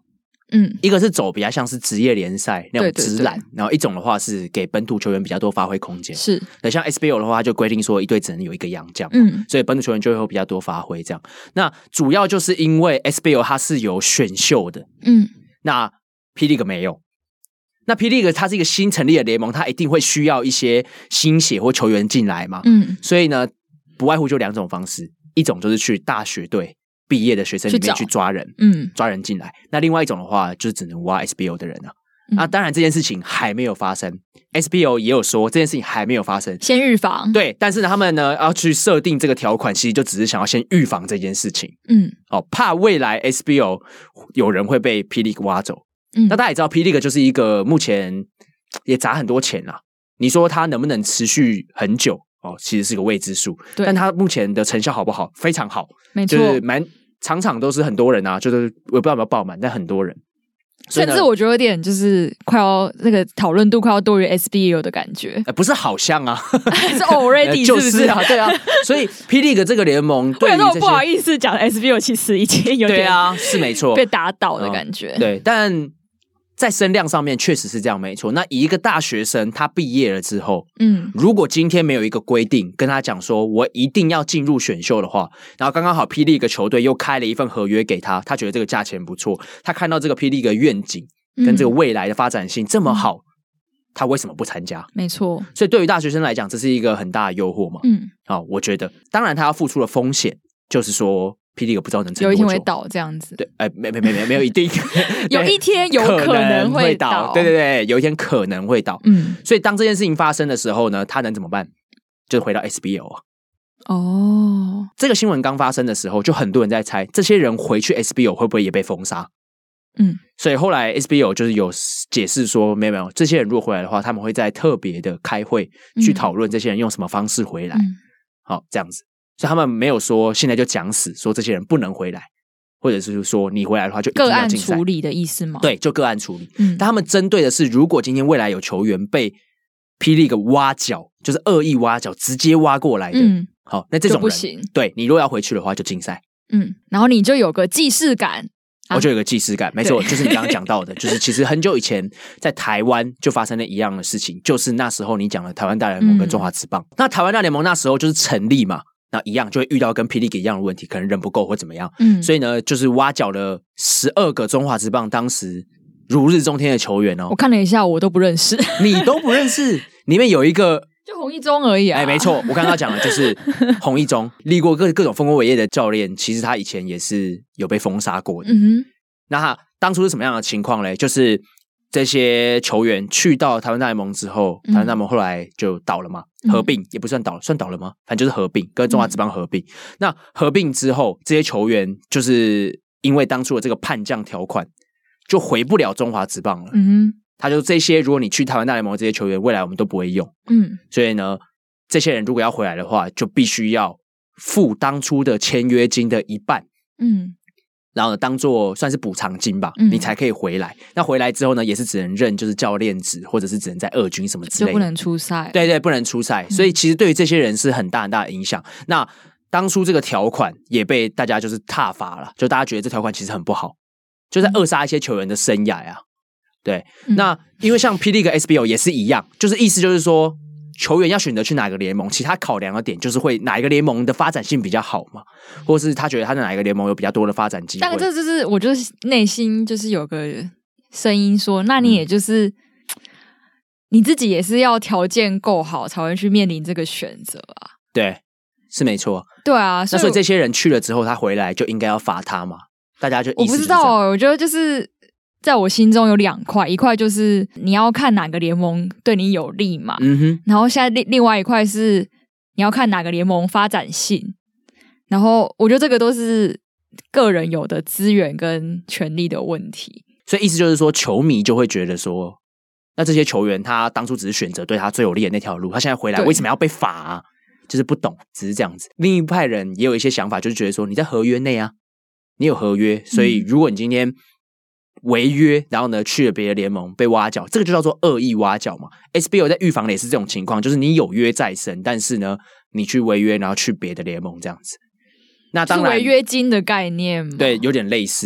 Speaker 2: 嗯，
Speaker 1: 一个是走比较像是职业联赛那种直揽，
Speaker 2: 对对对，
Speaker 1: 然后一种的话是给本土球员比较多发挥空间。
Speaker 2: 是，
Speaker 1: 对，像 S B L 的话，就规定说一队只能有一个洋将，
Speaker 2: 嗯，
Speaker 1: 所以本土球员就会有比较多发挥。这样，那主要就是因为 S B L 它是有选秀的，
Speaker 2: 嗯，
Speaker 1: 那 P League 没有。那 P League 它是一个新成立的联盟，它一定会需要一些新血或球员进来嘛，
Speaker 2: 嗯，
Speaker 1: 所以呢，不外乎就两种方式，一种就是去大学队毕业的学生里面去抓人，
Speaker 2: 嗯，
Speaker 1: 抓人进来。那另外一种的话，就是只能挖 S B L 的人啊。那、嗯啊、当然这件事情还没有发生 ，S B L 也有说这件事情还没有发生，
Speaker 2: 先预防。
Speaker 1: 对，但是呢，他们呢要去设定这个条款，其实就只是想要先预防这件事情。
Speaker 2: 嗯，
Speaker 1: 哦，怕未来 S B L 有人会被 P League 挖走。
Speaker 2: 嗯，
Speaker 1: 那大家也知道 P League 就是一个目前也砸很多钱啦。你说它能不能持续很久？哦，其实是个未知数。但它目前的成效好不好？非常好，
Speaker 2: 没错，
Speaker 1: 就是蛮场场都是很多人啊，就是我不知道有没有爆满，但很多人。
Speaker 2: 甚至我觉得有点就是快要那个讨论度快要多于 S B L 的感觉，
Speaker 1: 呃、不是好像啊，
Speaker 2: 是 already 是不是？
Speaker 1: 就是啊，对啊，所以 P League 这个联盟对于这些，
Speaker 2: 我有那种不好意思讲 S B L 其实已经有点
Speaker 1: 对啊，是没错，
Speaker 2: 被打倒的感觉，
Speaker 1: 嗯、对，但。在声量上面确实是这样，没错。那以一个大学生他毕业了之后，嗯，如果今天没有一个规定跟他讲说我一定要进入选秀的话，然后刚刚好霹雳一个球队又开了一份合约给他，他觉得这个价钱不错，他看到这个霹雳一个愿景跟这个未来的发展性这么好，嗯、他为什么不参加？
Speaker 2: 没错。
Speaker 1: 所以对于大学生来讲，这是一个很大的诱惑嘛。嗯，好、哦，我觉得，当然他要付出的风险就是说。霹雳不知道能撑多久，
Speaker 2: 有一天会倒这样子。
Speaker 1: 对，哎、呃，没没没没没有一定，
Speaker 2: 有一天有可能会倒。
Speaker 1: 对对对，有一天可能会倒。嗯，所以当这件事情发生的时候呢，他能怎么办？就回到 S B L 啊。
Speaker 2: 哦，
Speaker 1: 这个新闻刚发生的时候，就很多人在猜，这些人回去 S B L 会不会也被封杀？嗯，所以后来 S B L 就是有解释说，没有没有，这些人如果回来的话，他们会在特别的开会去讨论这些人用什么方式回来。嗯、好，这样子。所以他们没有说现在就讲死，说这些人不能回来，或者是说你回来的话就一定要禁赛。
Speaker 2: 个案处理的意思吗？
Speaker 1: 对，就个案处理。嗯，但他们针对的是，如果今天未来有球员被霹雳个挖角，就是恶意挖角，直接挖过来的，嗯，好，那这种人
Speaker 2: 不行。
Speaker 1: 对，你如果要回去的话，就禁赛。
Speaker 2: 嗯，然后你就有个既视感。
Speaker 1: 我就有个既视感，没错，就是你刚刚讲到的，就是其实很久以前在台湾就发生了一样的事情，就是那时候你讲的台湾大联盟跟中华职棒，嗯、那台湾大联盟那时候就是成立嘛。那一样就会遇到跟霹雳一样的问题，可能人不够或怎么样，嗯，所以呢，就是挖角了十二个中华职棒当时如日中天的球员哦。
Speaker 2: 我看了一下，我都不认识，
Speaker 1: 你都不认识？里面有一个
Speaker 2: 就洪一中而已啊。
Speaker 1: 哎，没错，我刚刚讲的就是洪一中，立过各各种丰功伟业的教练，其实他以前也是有被封杀过的。嗯哼，那他当初是什么样的情况嘞？就是这些球员去到台湾大联盟之后，台湾大联盟后来就倒了嘛。合并也不算倒，算倒了吗？反正就是合并，跟中华职棒合并。嗯、那合并之后，这些球员就是因为当初的这个叛将条款，就回不了中华职棒了。嗯，他就这些，如果你去台湾大联盟这些球员，未来我们都不会用。嗯，所以呢，这些人如果要回来的话，就必须要付当初的签约金的一半。嗯。然后呢，当做算是补偿金吧，嗯、你才可以回来。那回来之后呢，也是只能任就是教练职，或者是只能在二军什么之类的，
Speaker 2: 就不能出赛。
Speaker 1: 对对，不能出赛。嗯、所以其实对于这些人是很大很大的影响。那当初这个条款也被大家就是挞伐了，就大家觉得这条款其实很不好，就在扼杀一些球员的生涯啊。对，嗯、那因为像 P League 跟 S B L 也是一样，就是意思就是说。球员要选择去哪个联盟，其他考量的点就是会哪一个联盟的发展性比较好嘛，或是他觉得他在哪一个联盟有比较多的发展机会。
Speaker 2: 但这就是我就是内心就是有个声音说，那你也就是、嗯、你自己也是要条件够好才会去面临这个选择啊。
Speaker 1: 对，是没错。
Speaker 2: 对啊，
Speaker 1: 那所以这些人去了之后，他回来就应该要罚他嘛？大家就
Speaker 2: 我不知道、哦，我觉得就是。在我心中有两块，一块就是你要看哪个联盟对你有利嘛，嗯哼，然后现在另另外一块是你要看哪个联盟发展性，然后我觉得这个都是个人有的资源跟权利的问题。
Speaker 1: 所以意思就是说，球迷就会觉得说，那这些球员他当初只是选择对他最有利的那条路，他现在回来为什么要被罚啊？就是不懂，只是这样子。另一派人也有一些想法，就是觉得说你在合约内啊，你有合约，所以如果你今天违约，然后呢去了别的联盟被挖角，这个就叫做恶意挖角嘛。S B L 在预防的也是这种情况，就是你有约在身，但是呢你去违约，然后去别的联盟这样子。那当然，
Speaker 2: 是违约金的概念吗？
Speaker 1: 对，有点类似。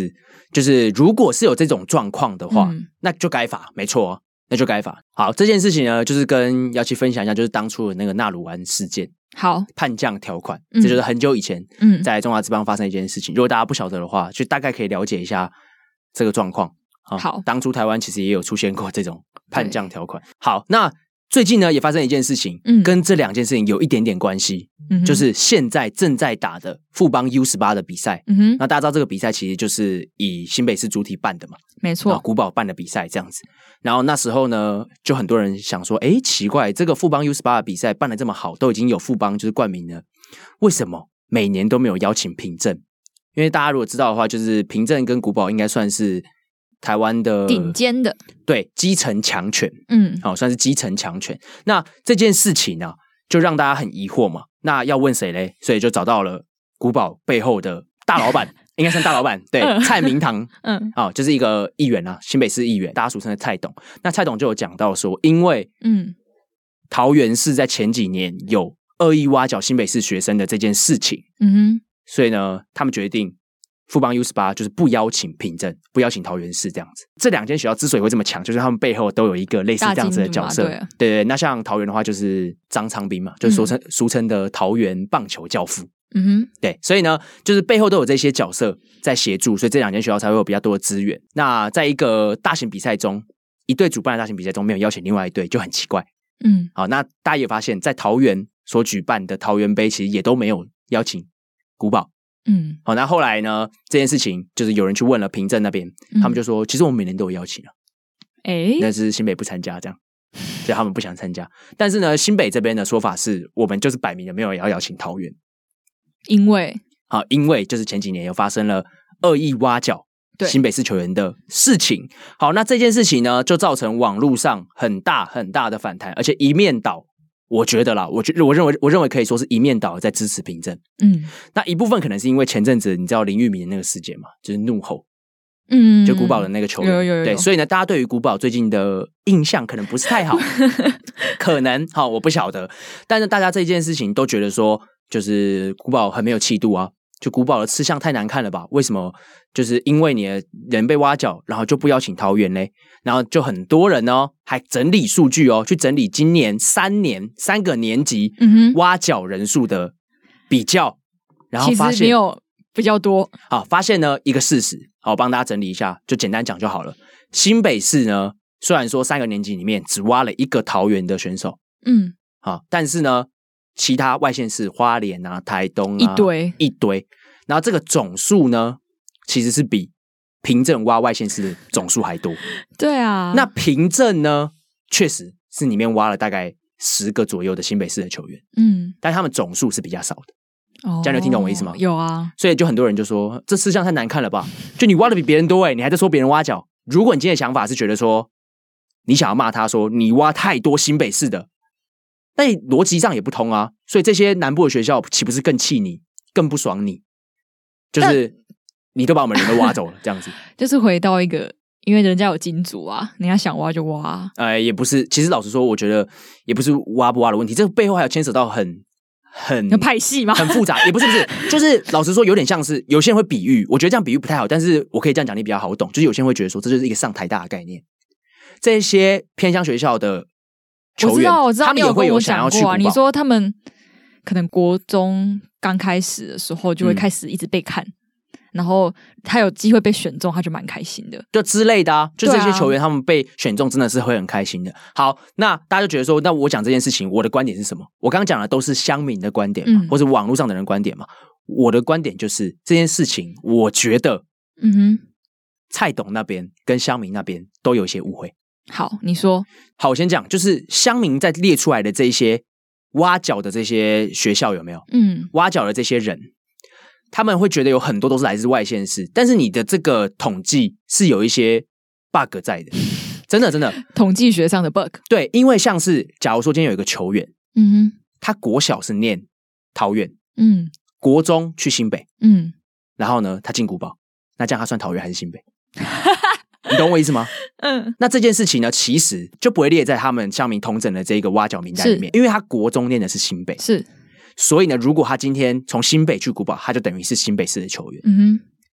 Speaker 1: 就是如果是有这种状况的话，
Speaker 2: 嗯
Speaker 1: 那就该罚，没错、哦，那就该罚。好，这件事情呢，就是跟姚琪分享一下，就是当初的那个纳鲁湾事件。
Speaker 2: 好，
Speaker 1: 叛将条款，
Speaker 2: 嗯
Speaker 1: 这就是很久以前
Speaker 2: 嗯
Speaker 1: 在中华职棒发生一件事情。如果大家不晓得的话，就大概可以了解一下这个状况。啊
Speaker 2: 好，
Speaker 1: 当初台湾其实也有出现过这种叛将条款。好，那最近呢也发生一件事情，
Speaker 2: 嗯
Speaker 1: 跟这两件事情有一点点关系，
Speaker 2: 嗯哼
Speaker 1: 就是现在正在打的富邦 U 十八 的比赛。
Speaker 2: 嗯哼，
Speaker 1: 那大家知道这个比赛其实就是以新北市主体办的嘛，啊，
Speaker 2: 没错，
Speaker 1: 古堡办的比赛这样子。然后那时候呢，就很多人想说，诶，奇怪，这个富邦 U 十八 的比赛办得这么好，都已经有富邦就是冠名了，为什么每年都没有邀请平镇？因为大家如果知道的话，就是平镇跟古堡应该算是台湾的
Speaker 2: 顶尖的，
Speaker 1: 对基层强权，
Speaker 2: 嗯
Speaker 1: 好、算是基层强权。那这件事情呢、啊，就让大家很疑惑嘛。那要问谁嘞？所以就找到了古堡背后的大老板。应该算大老板，对，蔡明堂，
Speaker 2: 嗯，
Speaker 1: 哦，就是一个议员啊，新北市议员，大家俗称的蔡董。那蔡董就有讲到说，因为
Speaker 2: 嗯，
Speaker 1: 桃园市在前几年有恶意挖角新北市学生的这件事情，
Speaker 2: 嗯哼，
Speaker 1: 所以呢，他们决定富邦 U 十八 就是不邀请平镇，不邀请桃园市这样子。这两间学校之所以会这么强，就是他们背后都有一个类似这样子的角色。
Speaker 2: 对、啊、
Speaker 1: 对对，那像桃园的话，就是张昌斌嘛，就是俗称、嗯、俗称的桃园棒球教父。
Speaker 2: 嗯哼，
Speaker 1: 对，所以呢，就是背后都有这些角色在协助，所以这两间学校才会有比较多的资源。那在一个大型比赛中，一队主办的大型比赛中没有邀请另外一队，就很奇怪。
Speaker 2: 嗯，
Speaker 1: 好，那大家也发现，在桃园所举办的桃园杯，其实也都没有邀请古堡。
Speaker 2: 嗯，
Speaker 1: 好，那后来呢，这件事情就是有人去问了平镇那边，
Speaker 2: 嗯、
Speaker 1: 他们就说，其实我们每年都有邀请啊，
Speaker 2: 哎，
Speaker 1: 但是新北不参加这样。所以他们不想参加。但是呢，新北这边的说法是，我们就是摆明了没有要邀请桃园。
Speaker 2: 因为
Speaker 1: 好，因为就是前几年有发生了恶意挖角新北市球员的事情。好，那这件事情呢，就造成网络上很大很大的反弹，而且一面倒。我觉得啦，我觉我认为我认为可以说是一面倒在支持平镇。
Speaker 2: 嗯，
Speaker 1: 那一部分可能是因为前阵子你知道林玉明的那个事件嘛，就是怒吼，
Speaker 2: 嗯，
Speaker 1: 就古堡的那个球员，
Speaker 2: 有有有有
Speaker 1: 对，所以呢，大家对于古堡最近的印象可能不是太好，可能好，我不晓得，但是大家这件事情都觉得说。就是古堡很没有气度啊，就古堡的吃相太难看了吧？为什么？就是因为你的人被挖角，然后就不邀请桃园嘞？然后就很多人呢，还整理数据哦，去整理今年三年三个年级挖角人数的比较，然后发现
Speaker 2: 其实没有比较多。
Speaker 1: 好，发现呢一个事实，好，帮大家整理一下，就简单讲就好了。新北市呢，虽然说三个年级里面只挖了一个桃园的选手，
Speaker 2: 嗯，
Speaker 1: 好，但是呢。其他外县市花莲啊、台东啊
Speaker 2: 一堆
Speaker 1: 一堆，然后这个总数呢，其实是比平镇挖外县市的总数还多。
Speaker 2: 对啊，
Speaker 1: 那平镇呢，确实是里面挖了大概十个左右的新北市的球员，
Speaker 2: 嗯，
Speaker 1: 但他们总数是比较少的。
Speaker 2: 哦，
Speaker 1: 这样有听懂我意思吗？
Speaker 2: 有啊，
Speaker 1: 所以就很多人就说这吃相太难看了吧？就你挖的比别人多哎，你还在说别人挖角。如果你今天的想法是觉得说你想要骂他说你挖太多新北市的。那你逻辑上也不通啊，所以这些南部的学校岂不是更气你、更不爽你？就是你都把我们人都挖走了，这样子。
Speaker 2: 就是回到一个，因为人家有金主啊，人家想挖就挖、啊。
Speaker 1: 呃，也不是，其实老实说，我觉得也不是挖不挖的问题，这背后还有牵扯到很很
Speaker 2: 派系吗？
Speaker 1: 很复杂，也不是不是，就是老实说，有点像是有些人会比喻，我觉得这样比喻不太好，但是我可以这样讲，你比较好懂。就是有些人会觉得说，这就是一个上台大的概念，这些偏乡学校的。
Speaker 2: 我知道，我知道，
Speaker 1: 他们也会有想要去古堡。
Speaker 2: 你说他们可能国中刚开始的时候就会开始一直被看，嗯、然后他有机会被选中，他就蛮开心的，
Speaker 1: 就之类的啊。就这些球员他们被选中，真的是会很开心的。好，那大家就觉得说，那我讲这件事情，我的观点是什么？我刚刚讲的都是乡民的观点嘛，嗯、或者网络上的人观点嘛。我的观点就是这件事情，我觉得，
Speaker 2: 嗯哼，
Speaker 1: 蔡董那边跟乡民那边都有一些误会。
Speaker 2: 好，你说。
Speaker 1: 好，我先讲，就是乡民在列出来的这些挖角的这些学校有没有？
Speaker 2: 嗯，
Speaker 1: 挖角的这些人，他们会觉得有很多都是来自外县市，但是你的这个统计是有一些 bug 在的，真的真的，
Speaker 2: 统计学上的 bug。
Speaker 1: 对，因为像是假如说今天有一个球员，
Speaker 2: 嗯哼，
Speaker 1: 他国小是念桃园，
Speaker 2: 嗯，
Speaker 1: 国中去新北，
Speaker 2: 嗯，
Speaker 1: 然后呢，他进古堡，那这样他算桃园还是新北？你懂我意思吗？
Speaker 2: 嗯，
Speaker 1: 那这件事情呢，其实就不会列在他们乡民统整的这个挖角名单里面，因为他国中念的是新北，
Speaker 2: 是，
Speaker 1: 所以呢，如果他今天从新北去古堡，他就等于是新北市的球员。
Speaker 2: 嗯哼，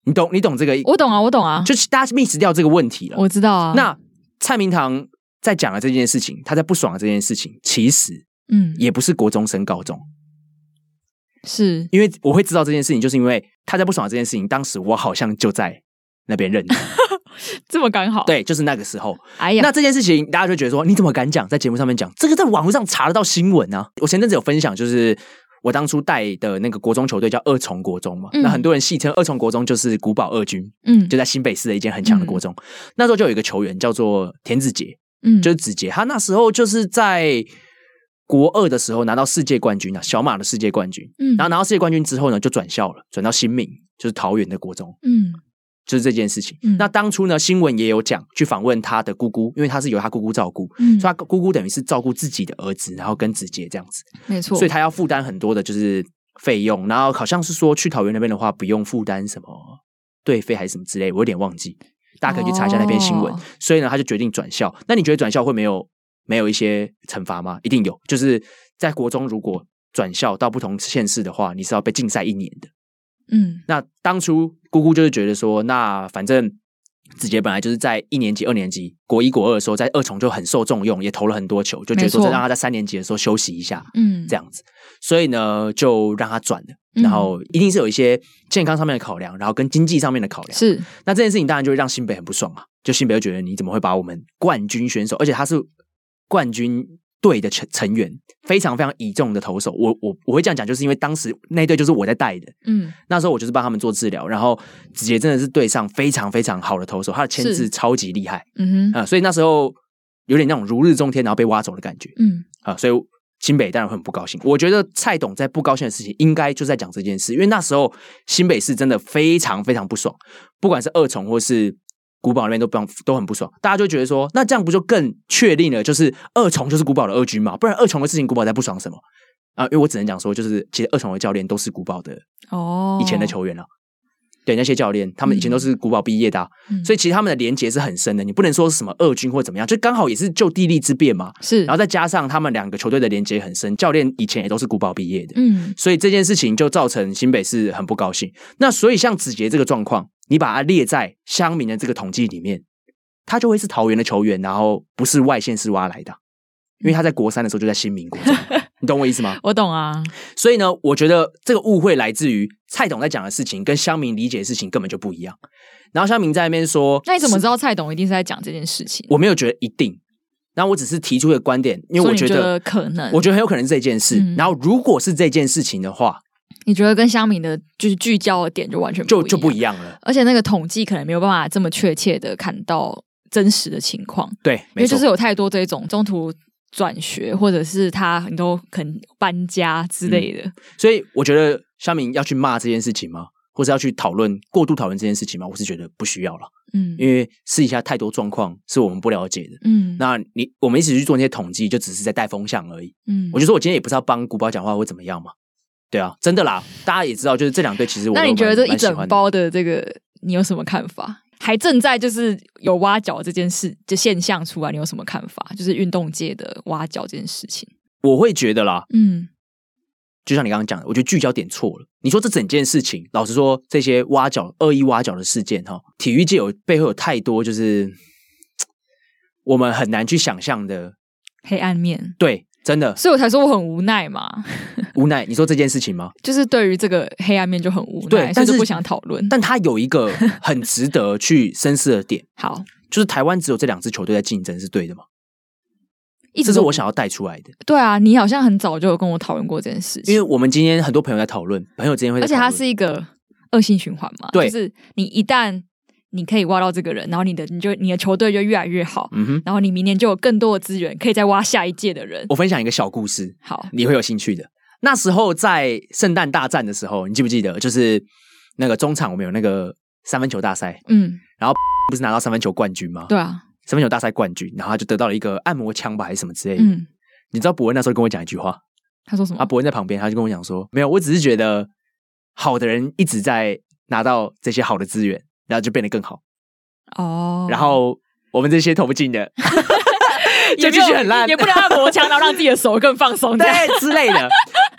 Speaker 1: 你懂你懂这个？
Speaker 2: 我懂啊，我懂啊，
Speaker 1: 就是大家 miss 掉这个问题了。
Speaker 2: 我知道啊。
Speaker 1: 那蔡明堂在讲的这件事情，他在不爽的这件事情，其实嗯也不是国中升高中，
Speaker 2: 是
Speaker 1: 因为我会知道这件事情，就是因为他在不爽的这件事情，当时我好像就在那边认识。
Speaker 2: 这么刚好，
Speaker 1: 对，就是那个时候。
Speaker 2: 哎呀，
Speaker 1: 那这件事情大家就觉得说，你怎么敢讲？在节目上面讲这个，在网络上查得到新闻啊。我前阵子有分享，就是我当初带的那个国中球队叫二重国中嘛，嗯、那很多人戏称二重国中就是古堡二军，嗯，就在新北市的一间很强的国中。嗯、那时候就有一个球员叫做田子杰，嗯，就是子杰，他那时候就是在国二的时候拿到世界冠军啊，小马的世界冠军，嗯，然后拿到世界冠军之后呢，就转校了，转到新民，就是桃园的国中，嗯。就是这件事情、嗯、那当初呢新闻也有讲去访问他的姑姑，因为他是由他姑姑照顾、嗯、所以他姑姑等于是照顾自己的儿子，然后跟子杰这样子，
Speaker 2: 没错，
Speaker 1: 所以他要负担很多的就是费用，然后好像是说去桃园那边的话不用负担什么队费还是什么之类，我有点忘记，大家可以去查一下那篇新闻、哦、所以呢他就决定转校。那你觉得转校会没有没有一些惩罚吗？一定有，就是在国中如果转校到不同县市的话，你是要被禁赛一年的。嗯，那当初姑姑就是觉得说，那反正子杰本来就是在一年级、二年级、国一、国二的时候，在二重就很受重用，也投了很多球，就觉得说让他在三年级的时候休息一下，嗯，这样子，所以呢就让他转了。然后一定是有一些健康上面的考量，然后跟经济上面的考量。是，那这件事情当然就会让新北很不爽嘛，就新北就觉得你怎么会把我们冠军选手，而且他是冠军队的成成员，非常非常倚重的投手，我我我会这样讲，就是因为当时那队就是我在带的，嗯，那时候我就是帮他们做治疗，然后子杰真的是队上非常非常好的投手，他的牵制超级厉害，嗯哼，啊，所以那时候有点那种如日中天，然后被挖走的感觉，嗯，啊，所以新北当然会很不高兴。我觉得蔡董在不高兴的事情，应该就在讲这件事，因为那时候新北市真的非常非常不爽，不管是二重或是古堡那边都不都很不爽，大家就觉得说，那这样不就更确定了，就是二重就是古堡的二军嘛？不然二重的事情古堡在不爽什么啊？因为我只能讲说，就是其实二重的教练都是古堡的哦以前的球员了、啊，对那些教练，他们以前都是古堡毕业的、啊嗯，所以其实他们的连结是很深的。你不能说是什么二军或怎么样，就刚好也是就地利之便嘛。是，然后再加上他们两个球队的连结很深，教练以前也都是古堡毕业的，嗯，所以这件事情就造成新北市很不高兴。那所以像子杰这个状况，你把它列在乡民的这个统计里面，他就会是桃园的球员，然后不是外县市挖来的，因为他在国三的时候就在新民国中，你懂我意思吗？
Speaker 2: 我懂啊。所
Speaker 1: 以呢，我觉得这个误会来自于蔡董在讲的事情跟乡民理解的事情根本就不一样。然后乡民在那边说，
Speaker 2: 那你怎么知道蔡董一定是在讲这件事情？
Speaker 1: 我没有觉得一定，然后我只是提出一个观点，因为我觉得,
Speaker 2: 觉得可能，
Speaker 1: 我觉得很有可能是这件事、嗯。然后如果是这件事情的话，
Speaker 2: 你觉得跟乡民的就是聚焦的点就完全不一样
Speaker 1: 就就不一样了，
Speaker 2: 而且那个统计可能没有办法这么确切的看到真实的情况。
Speaker 1: 对，
Speaker 2: 因为就是有太多这种中途转学，或者是他很多可能搬家之类的、嗯。所
Speaker 1: 以我觉得乡民要去骂这件事情吗？或者要去讨论过度讨论这件事情吗？我是觉得不需要了。嗯，因为私底下太多状况是我们不了解的。嗯，那你我们一起去做那些统计，就只是在带风向而已。嗯，我就说我今天也不是要帮古堡讲话会怎么样嘛。对啊，真的啦，大家也知道，就是这两队其实我都蛮喜欢的。
Speaker 2: 那你觉得这一整包的这个，你有什么看法？还正在就是有挖角这件事的现象出来，你有什么看法？就是运动界的挖角这件事情，
Speaker 1: 我会觉得啦，嗯，就像你刚刚讲的，我觉得聚焦点错了。你说这整件事情，老实说，这些挖角、恶意挖角的事件，哈，体育界有背后有太多就是我们很难去想象的
Speaker 2: 黑暗面。
Speaker 1: 对。真的，
Speaker 2: 所以我才说我很无奈嘛。
Speaker 1: 无奈，你说这件事情吗？
Speaker 2: 就是对于这个黑暗面就很无奈，对，所以就不想讨论。
Speaker 1: 但它有一个很值得去深思的点，
Speaker 2: 好，
Speaker 1: 就是台湾只有这两支球队在竞争，是对的吗？这是我想要带出来的。
Speaker 2: 对啊，你好像很早就有跟我讨论过这件事情，
Speaker 1: 因为我们今天很多朋友在讨论，朋友之间会在讨论，
Speaker 2: 而且它是一个恶性循环嘛。对，就是你一旦你可以挖到这个人，然后你的你就你的球队就越来越好、嗯、然后你明年就有更多的资源可以再挖下一届的人。
Speaker 1: 我分享一个小故事，
Speaker 2: 好，
Speaker 1: 你会有兴趣的。那时候在圣诞大战的时候，你记不记得就是那个中场我们有那个三分球大赛，嗯，然后不是拿到三分球冠军吗？
Speaker 2: 对啊，
Speaker 1: 三分球大赛冠军，然后他就得到了一个按摩枪吧还是什么之类的、嗯、你知道伯恩那时候跟我讲一句话，
Speaker 2: 他说什么
Speaker 1: 啊？伯恩在旁边他就跟我讲说，没有，我只是觉得好的人一直在拿到这些好的资源，然后就变得更好哦，然后我们这些投不进的就继续很烂，
Speaker 2: 也不能按摩枪，然后让自己的手更放松，
Speaker 1: 对之类的。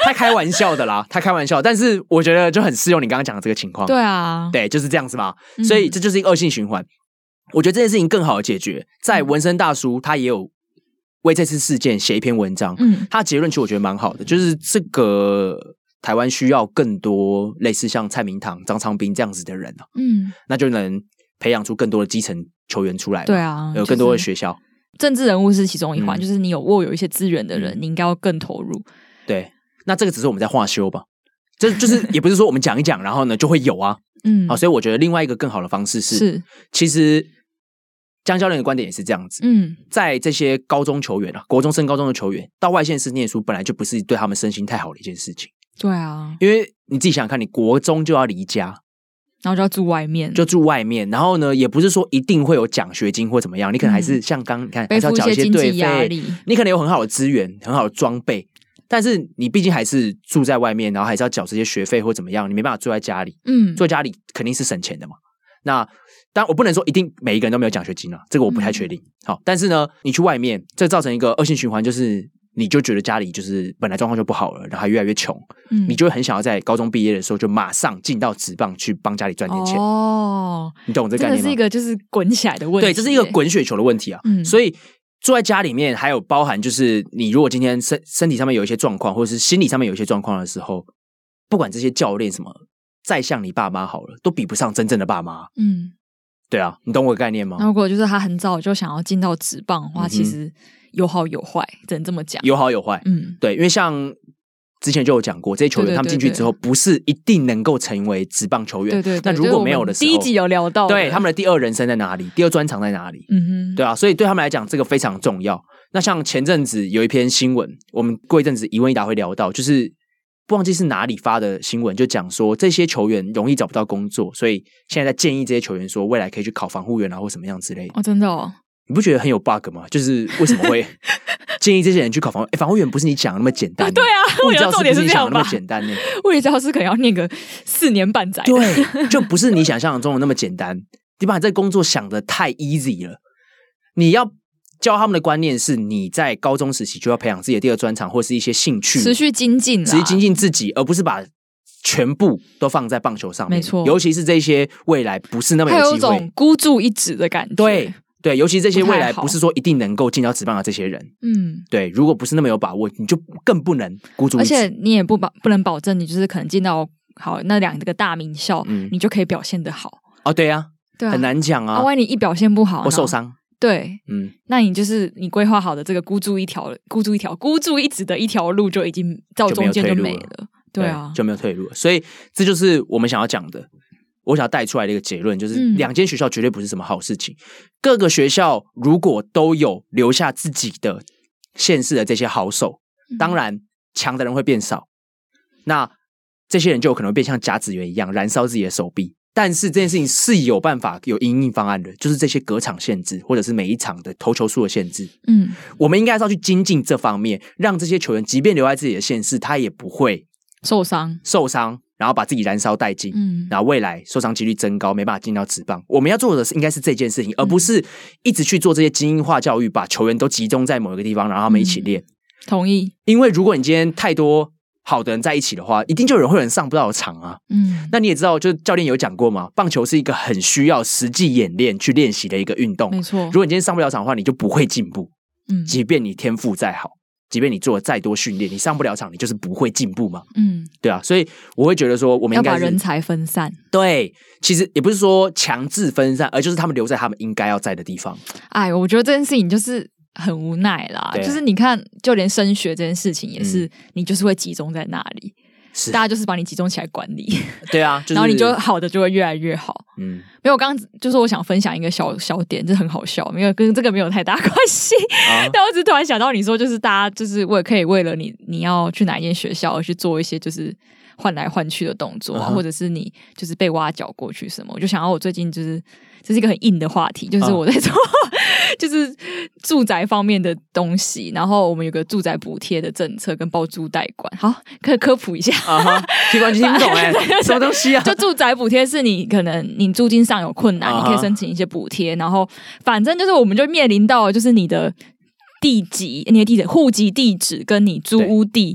Speaker 1: 他开玩笑的啦，他开玩笑，但是我觉得就很适用你刚刚讲的这个情况。
Speaker 2: 对啊，
Speaker 1: 对，就是这样子嘛。所以这就是一个恶性循环。嗯、我觉得这件事情更好的解决，在文森大叔他也有为这次事件写一篇文章，嗯，他的结论其实我觉得蛮好的，就是这个台湾需要更多类似像蔡明堂、张昌斌这样子的人啊，嗯，那就能培养出更多的基层球员出来。
Speaker 2: 对啊，
Speaker 1: 有更多的学校。就是
Speaker 2: 政治人物是其中一环、嗯，就是你有握有一些资源的人、嗯，你应该要更投入。
Speaker 1: 对，那这个只是我们在话修吧，这就是也不是说我们讲一讲，然后呢就会有啊，嗯，好，所以我觉得另外一个更好的方式是，是其实江教练的观点也是这样子，嗯，在这些高中球员啊，国中升高中的球员到外县市念书，本来就不是对他们身心太好的一件事情。
Speaker 2: 对啊，
Speaker 1: 因为你自己想想看，你国中就要离家。
Speaker 2: 然后就要住外面，
Speaker 1: 就住外面，然后呢，也不是说一定会有奖学金或怎么样，你可能还是像刚你看，还是要缴一些队费，你可能有很好的资源、很好的装备，但是你毕竟还是住在外面，然后还是要缴这些学费或怎么样，你没办法住在家里。嗯，住在家里肯定是省钱的嘛。那当然，我不能说一定每一个人都没有奖学金啊，这个我不太确定。嗯、好，但是呢，你去外面，这造成一个恶性循环，就是。你就觉得家里就是本来状况就不好了，然后还越来越穷、嗯，你就会很想要在高中毕业的时候就马上进到职棒去帮家里赚点钱。哦，你懂这个概念吗？
Speaker 2: 这是一个就是滚起来的问题，
Speaker 1: 对，这是一个滚雪球的问题啊。嗯、所以住在家里面，还有包含就是你如果今天身身体上面有一些状况，或者是心理上面有一些状况的时候，不管这些教练什么再像你爸妈好了，都比不上真正的爸妈。嗯，对啊，你懂我的概念吗？
Speaker 2: 如果就是他很早就想要进到职棒的话，嗯、其实。有好有坏，只能这么讲。
Speaker 1: 有好有坏，嗯，对，因为像之前就有讲过，这些球员他们进去之后，不是一定能够成为职棒球员。对对对。那如果没有的时候，
Speaker 2: 第一集有聊到，
Speaker 1: 对他们的第二人生在哪里？第二专长在哪里？嗯哼，对啊，所以对他们来讲，这个非常重要。那像前阵子有一篇新闻，我们过一阵子一问一答会聊到，就是不忘记是哪里发的新闻，就讲说这些球员容易找不到工作，所以现在在建议这些球员说，未来可以去考防护员啊，或什么样之类的。
Speaker 2: 哦，真的哦。
Speaker 1: 你不觉得很有 bug 吗？就是为什么会建议这些人去考防护？哎，防护员不是你讲的那么简单。
Speaker 2: 对啊，
Speaker 1: 物理教师不是你想的那么简单呢。
Speaker 2: 物理教师可能要念个四年半载。
Speaker 1: 对，就不是你想象中的那么简单。你把这工作想得太 easy 了。你要教他们的观念是，你在高中时期就要培养自己的第二专长或是一些兴趣，
Speaker 2: 持续精进，
Speaker 1: 持续精进自己，而不是把全部都放在棒球上面。
Speaker 2: 没错，
Speaker 1: 尤其是这些未来不是那么有机会，
Speaker 2: 还有一种孤注一掷的感觉。
Speaker 1: 对。对，尤其这些未来不是说一定能够进到职棒的这些人，嗯，对，如果不是那么有把握，你就更不能孤注一掷，
Speaker 2: 而且你也不保不能保证你就是可能进到好那两个大名校，嗯，你就可以表现得好。
Speaker 1: 哦，对啊，对啊，很难讲啊。
Speaker 2: 万一你一表现不好，
Speaker 1: 或受伤，
Speaker 2: 对，嗯，那你就是你规划好的这个孤注一条、孤注一条、孤注一掷的一条路就已经到中间就没了，了对啊，
Speaker 1: 就没有退路了。所以这就是我们想要讲的。我想要带出来的一个结论就是，两间学校绝对不是什么好事情。嗯、各个学校如果都有留下自己的县市的这些好手，嗯、当然强的人会变少，那这些人就有可能会变像甲子园一样燃烧自己的手臂。但是这件事情是有办法有因应方案的，就是这些隔场限制，或者是每一场的投球数的限制。嗯，我们应该是要去精进这方面，让这些球员即便留在自己的县市，他也不会
Speaker 2: 受伤
Speaker 1: 受伤。然后把自己燃烧殆尽，嗯，然后未来受伤几率增高，没办法进到职棒。我们要做的是应该是这件事情，嗯、而不是一直去做这些精英化教育，把球员都集中在某一个地方，然后他们一起练。嗯、
Speaker 2: 同意。
Speaker 1: 因为如果你今天太多好的人在一起的话，一定就有人会有人上不到场啊。嗯，那你也知道，就教练有讲过嘛，棒球是一个很需要实际演练去练习的一个运动。
Speaker 2: 没错。
Speaker 1: 如果你今天上不了场的话，你就不会进步。嗯，即便你天赋再好。即便你做了再多训练，你上不了场，你就是不会进步嘛。嗯，对啊，所以我会觉得说，我们应该
Speaker 2: 要把人才分散。
Speaker 1: 对，其实也不是说强制分散，而就是他们留在他们应该要在的地方。
Speaker 2: 哎，我觉得这件事情就是很无奈啦。就是你看，就连升学这件事情也是，嗯、你就是会集中在那里。大家就是把你集中起来管理，
Speaker 1: 对啊，就是、
Speaker 2: 然后你就好的就会越来越好。嗯，没有，我刚刚就是我想分享一个小小点，这很好笑，没有跟这个没有太大关系。啊、但我只是突然想到，你说就是大家就是为可以为了你你要去哪一间学校而去做一些就是换来换去的动作，啊、或者是你就是被挖角过去什么，我就想到我最近就是这是一个很硬的话题，就是我在做、啊、就是住宅方面的东西，然后我们有个住宅补贴的政策跟包租代管，好，可以科普一下。
Speaker 1: 啊哈，听完全听不懂哎、欸，什么东西啊？
Speaker 2: 就住宅补贴是你可能你租金上有困难， uh-huh. 你可以申请一些补贴，然后反正就是我们就面临到就是你的地籍、你的地址、户籍地址跟你租屋地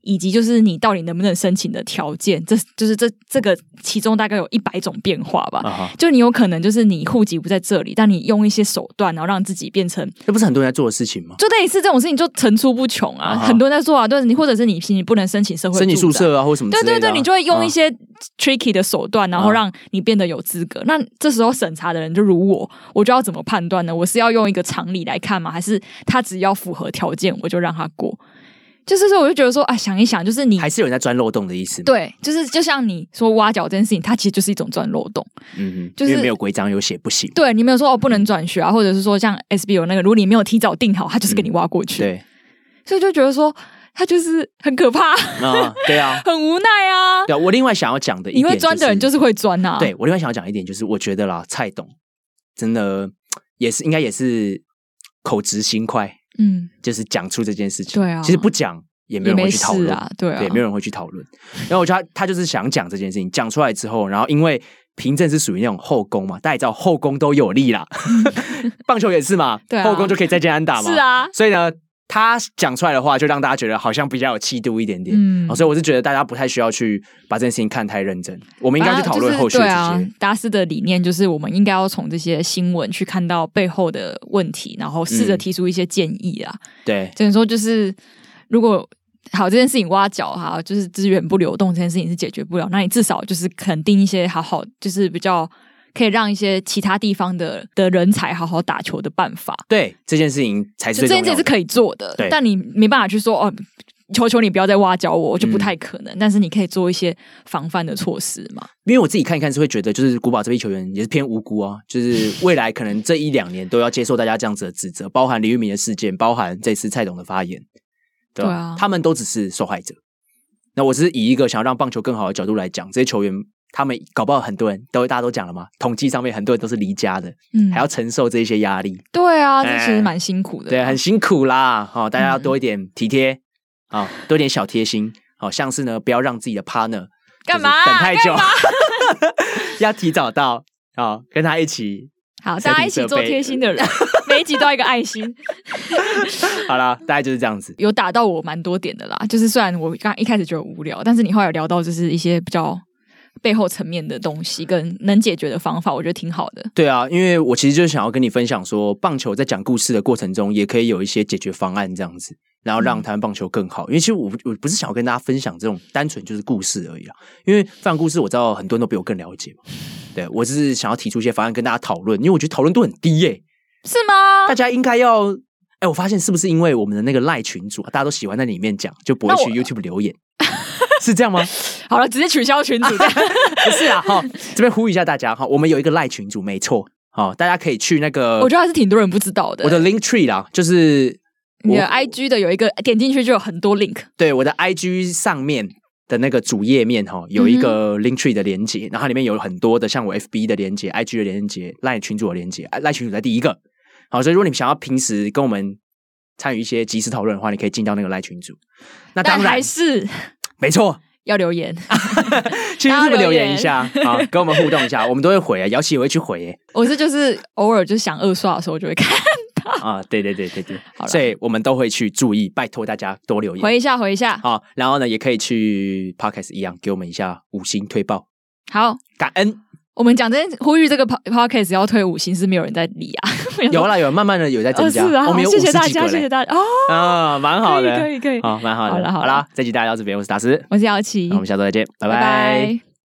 Speaker 2: 以及就是你到底能不能申请的条件，这就是这这个其中大概有一百种变化吧。Uh-huh. 就你有可能就是你户籍不在这里，但你用一些手段，然后让自己变成，
Speaker 1: 这不是很多人在做的事情吗？
Speaker 2: 就类似这种事情就层出不穷啊， uh-huh. 很多人在做啊，对，你或者是你你不能申请社会
Speaker 1: 申请宿舍啊，或什么之类的、啊，
Speaker 2: 对对对，你就会用一些 tricky 的手段，然后让你变得有资格。Uh-huh. 那这时候审查的人就如我，我就要怎么判断呢？我是要用一个常理来看吗？还是他只要符合条件，我就让他过？就是说，我就觉得说啊，想一想，就是你
Speaker 1: 还是有人在钻漏洞的意思。
Speaker 2: 对，就是就像你说挖角这件事情，它其实就是一种钻漏洞。
Speaker 1: 嗯哼，就是因为没有规章有写不行。
Speaker 2: 对，你没有说哦不能转学啊，或者是说像 S B O 那个，如果你没有提早定好，他就是给你挖过去。
Speaker 1: 嗯、对，
Speaker 2: 所以就觉得说他就是很可怕
Speaker 1: 啊，对啊，
Speaker 2: 很无奈啊。
Speaker 1: 对啊，我另外想要讲的一点、就是，
Speaker 2: 你会钻的人就是会钻啊。
Speaker 1: 对，我另外想要讲一点就是，我觉得啦，蔡董真的也是应该也是口直心快，嗯，就是讲出这件事情。
Speaker 2: 对啊，
Speaker 1: 其实不讲。也没有人会去讨论
Speaker 2: 啊，对啊，
Speaker 1: 对，没有人会去讨论。然后我觉得他他就是想讲这件事情，讲出来之后，然后因为平镇是属于那种后宫嘛，大家也知道后宫都有利啦，棒球也是嘛，
Speaker 2: 对啊，
Speaker 1: 后宫就可以再见安打嘛，
Speaker 2: 是啊，
Speaker 1: 所以呢，他讲出来的话，就让大家觉得好像比较有气度一点点。嗯，所以我是觉得大家不太需要去把这件事情看太认真，我们应该去讨论后续的这些。
Speaker 2: 啊就是、对啊，达斯的理念就是我们应该要从这些新闻去看到背后的问题，然后试着提出一些建议啊。
Speaker 1: 嗯、对，
Speaker 2: 只能说就是如果。好，这件事情挖角哈，就是资源不流动这件事情是解决不了。那你至少就是肯定一些好好，就是比较可以让一些其他地方的的人才好好打球的办法。
Speaker 1: 对，这件事情才是最重要的。
Speaker 2: 这件事情是可以做的，但你没办法去说哦，求求你不要再挖角我，我就不太可能、嗯。但是你可以做一些防范的措施嘛。
Speaker 1: 因为我自己看一看是会觉得，就是古堡这批球员也是偏无辜啊，就是未来可能这一两年都要接受大家这样子的指责，包含李玉明的事件，包含这次蔡董的发言。对, 对啊，他们都只是受害者。那我只是以一个想要让棒球更好的角度来讲，这些球员他们搞不好很多人都大家都讲了嘛，统计上面很多人都是离家的，嗯，还要承受这些压力。
Speaker 2: 对啊，这其实蛮辛苦的、啊。
Speaker 1: 对，很辛苦啦。哦，大家要多一点体贴啊、嗯哦，多一点小贴心。好、哦，像是呢，不要让自己的 partner
Speaker 2: 干嘛
Speaker 1: 等太久，要提早到啊、哦，跟他一起。
Speaker 2: 好，大家一起做贴心的人，每一集都要一个爱心。
Speaker 1: 好啦，大概就是这样子。
Speaker 2: 有打到我蛮多点的啦，就是虽然我刚一开始觉得无聊，但是你后来有聊到就是一些比较背后层面的东西跟能解决的方法，我觉得挺好的。
Speaker 1: 对啊，因为我其实就是想要跟你分享说，棒球在讲故事的过程中，也可以有一些解决方案这样子，然后让台湾棒球更好。因为其实我我不是想要跟大家分享这种单纯就是故事而已啦，因为分享故事我知道很多人都比我更了解嘛。对，我只是想要提出一些方案跟大家讨论，因为我觉得讨论度很低耶、欸，
Speaker 2: 是吗？
Speaker 1: 大家应该要，哎、欸，我发现是不是因为我们的那个赖群组、啊，大家都喜欢在里面讲，就不会去 YouTube 留言，是这样吗？
Speaker 2: 好了，直接取消群组，
Speaker 1: 不是啊，哈，这边呼吁一下大家哈，我们有一个赖群组，没错，好，大家可以去那个，
Speaker 2: 我觉得还是挺多人不知道的，
Speaker 1: 我的 link tree 啦，就是
Speaker 2: 你的 I G 的有一个点进去就有很多 link，
Speaker 1: 对，我的 I G 上面的那个主页面哈，有一个 link tree 的连结、嗯，然后它里面有很多的像我 F B 的连结、I G 的连结、赖群组的连结，赖群组在第一个。好，所以如果你想要平时跟我们参与一些即时讨论的话，你可以进到那个赖群组。那当然
Speaker 2: 但还是
Speaker 1: 没错，
Speaker 2: 要留言，
Speaker 1: 去 YouTube 留言一下，好，跟我们互动一下，我们都会回啊，姚琪也会去回耶。
Speaker 2: 我是就是偶尔就想二刷的时候就会看到
Speaker 1: 啊，对对对对对，所以我们都会去注意，拜托大家多留言，
Speaker 2: 回一下回一下。
Speaker 1: 好，然后呢，也可以去 Podcast 一样给我们一下五星推爆，
Speaker 2: 好，
Speaker 1: 感恩。
Speaker 2: 我们讲真，呼吁这个 podcast 要推五星是没有人在理啊。
Speaker 1: 有啦有，慢慢的有在增加。
Speaker 2: 哦、是啊，
Speaker 1: 我们有
Speaker 2: 谢谢大家，谢谢大家哦，
Speaker 1: 啊，蛮好的，
Speaker 2: 可以可以可以，
Speaker 1: 好，蛮好的。
Speaker 2: 好了好
Speaker 1: 了，这集大家到这边，我是达斯，
Speaker 2: 我是姚琪，
Speaker 1: 那我们下周再见，拜拜。
Speaker 2: 拜拜。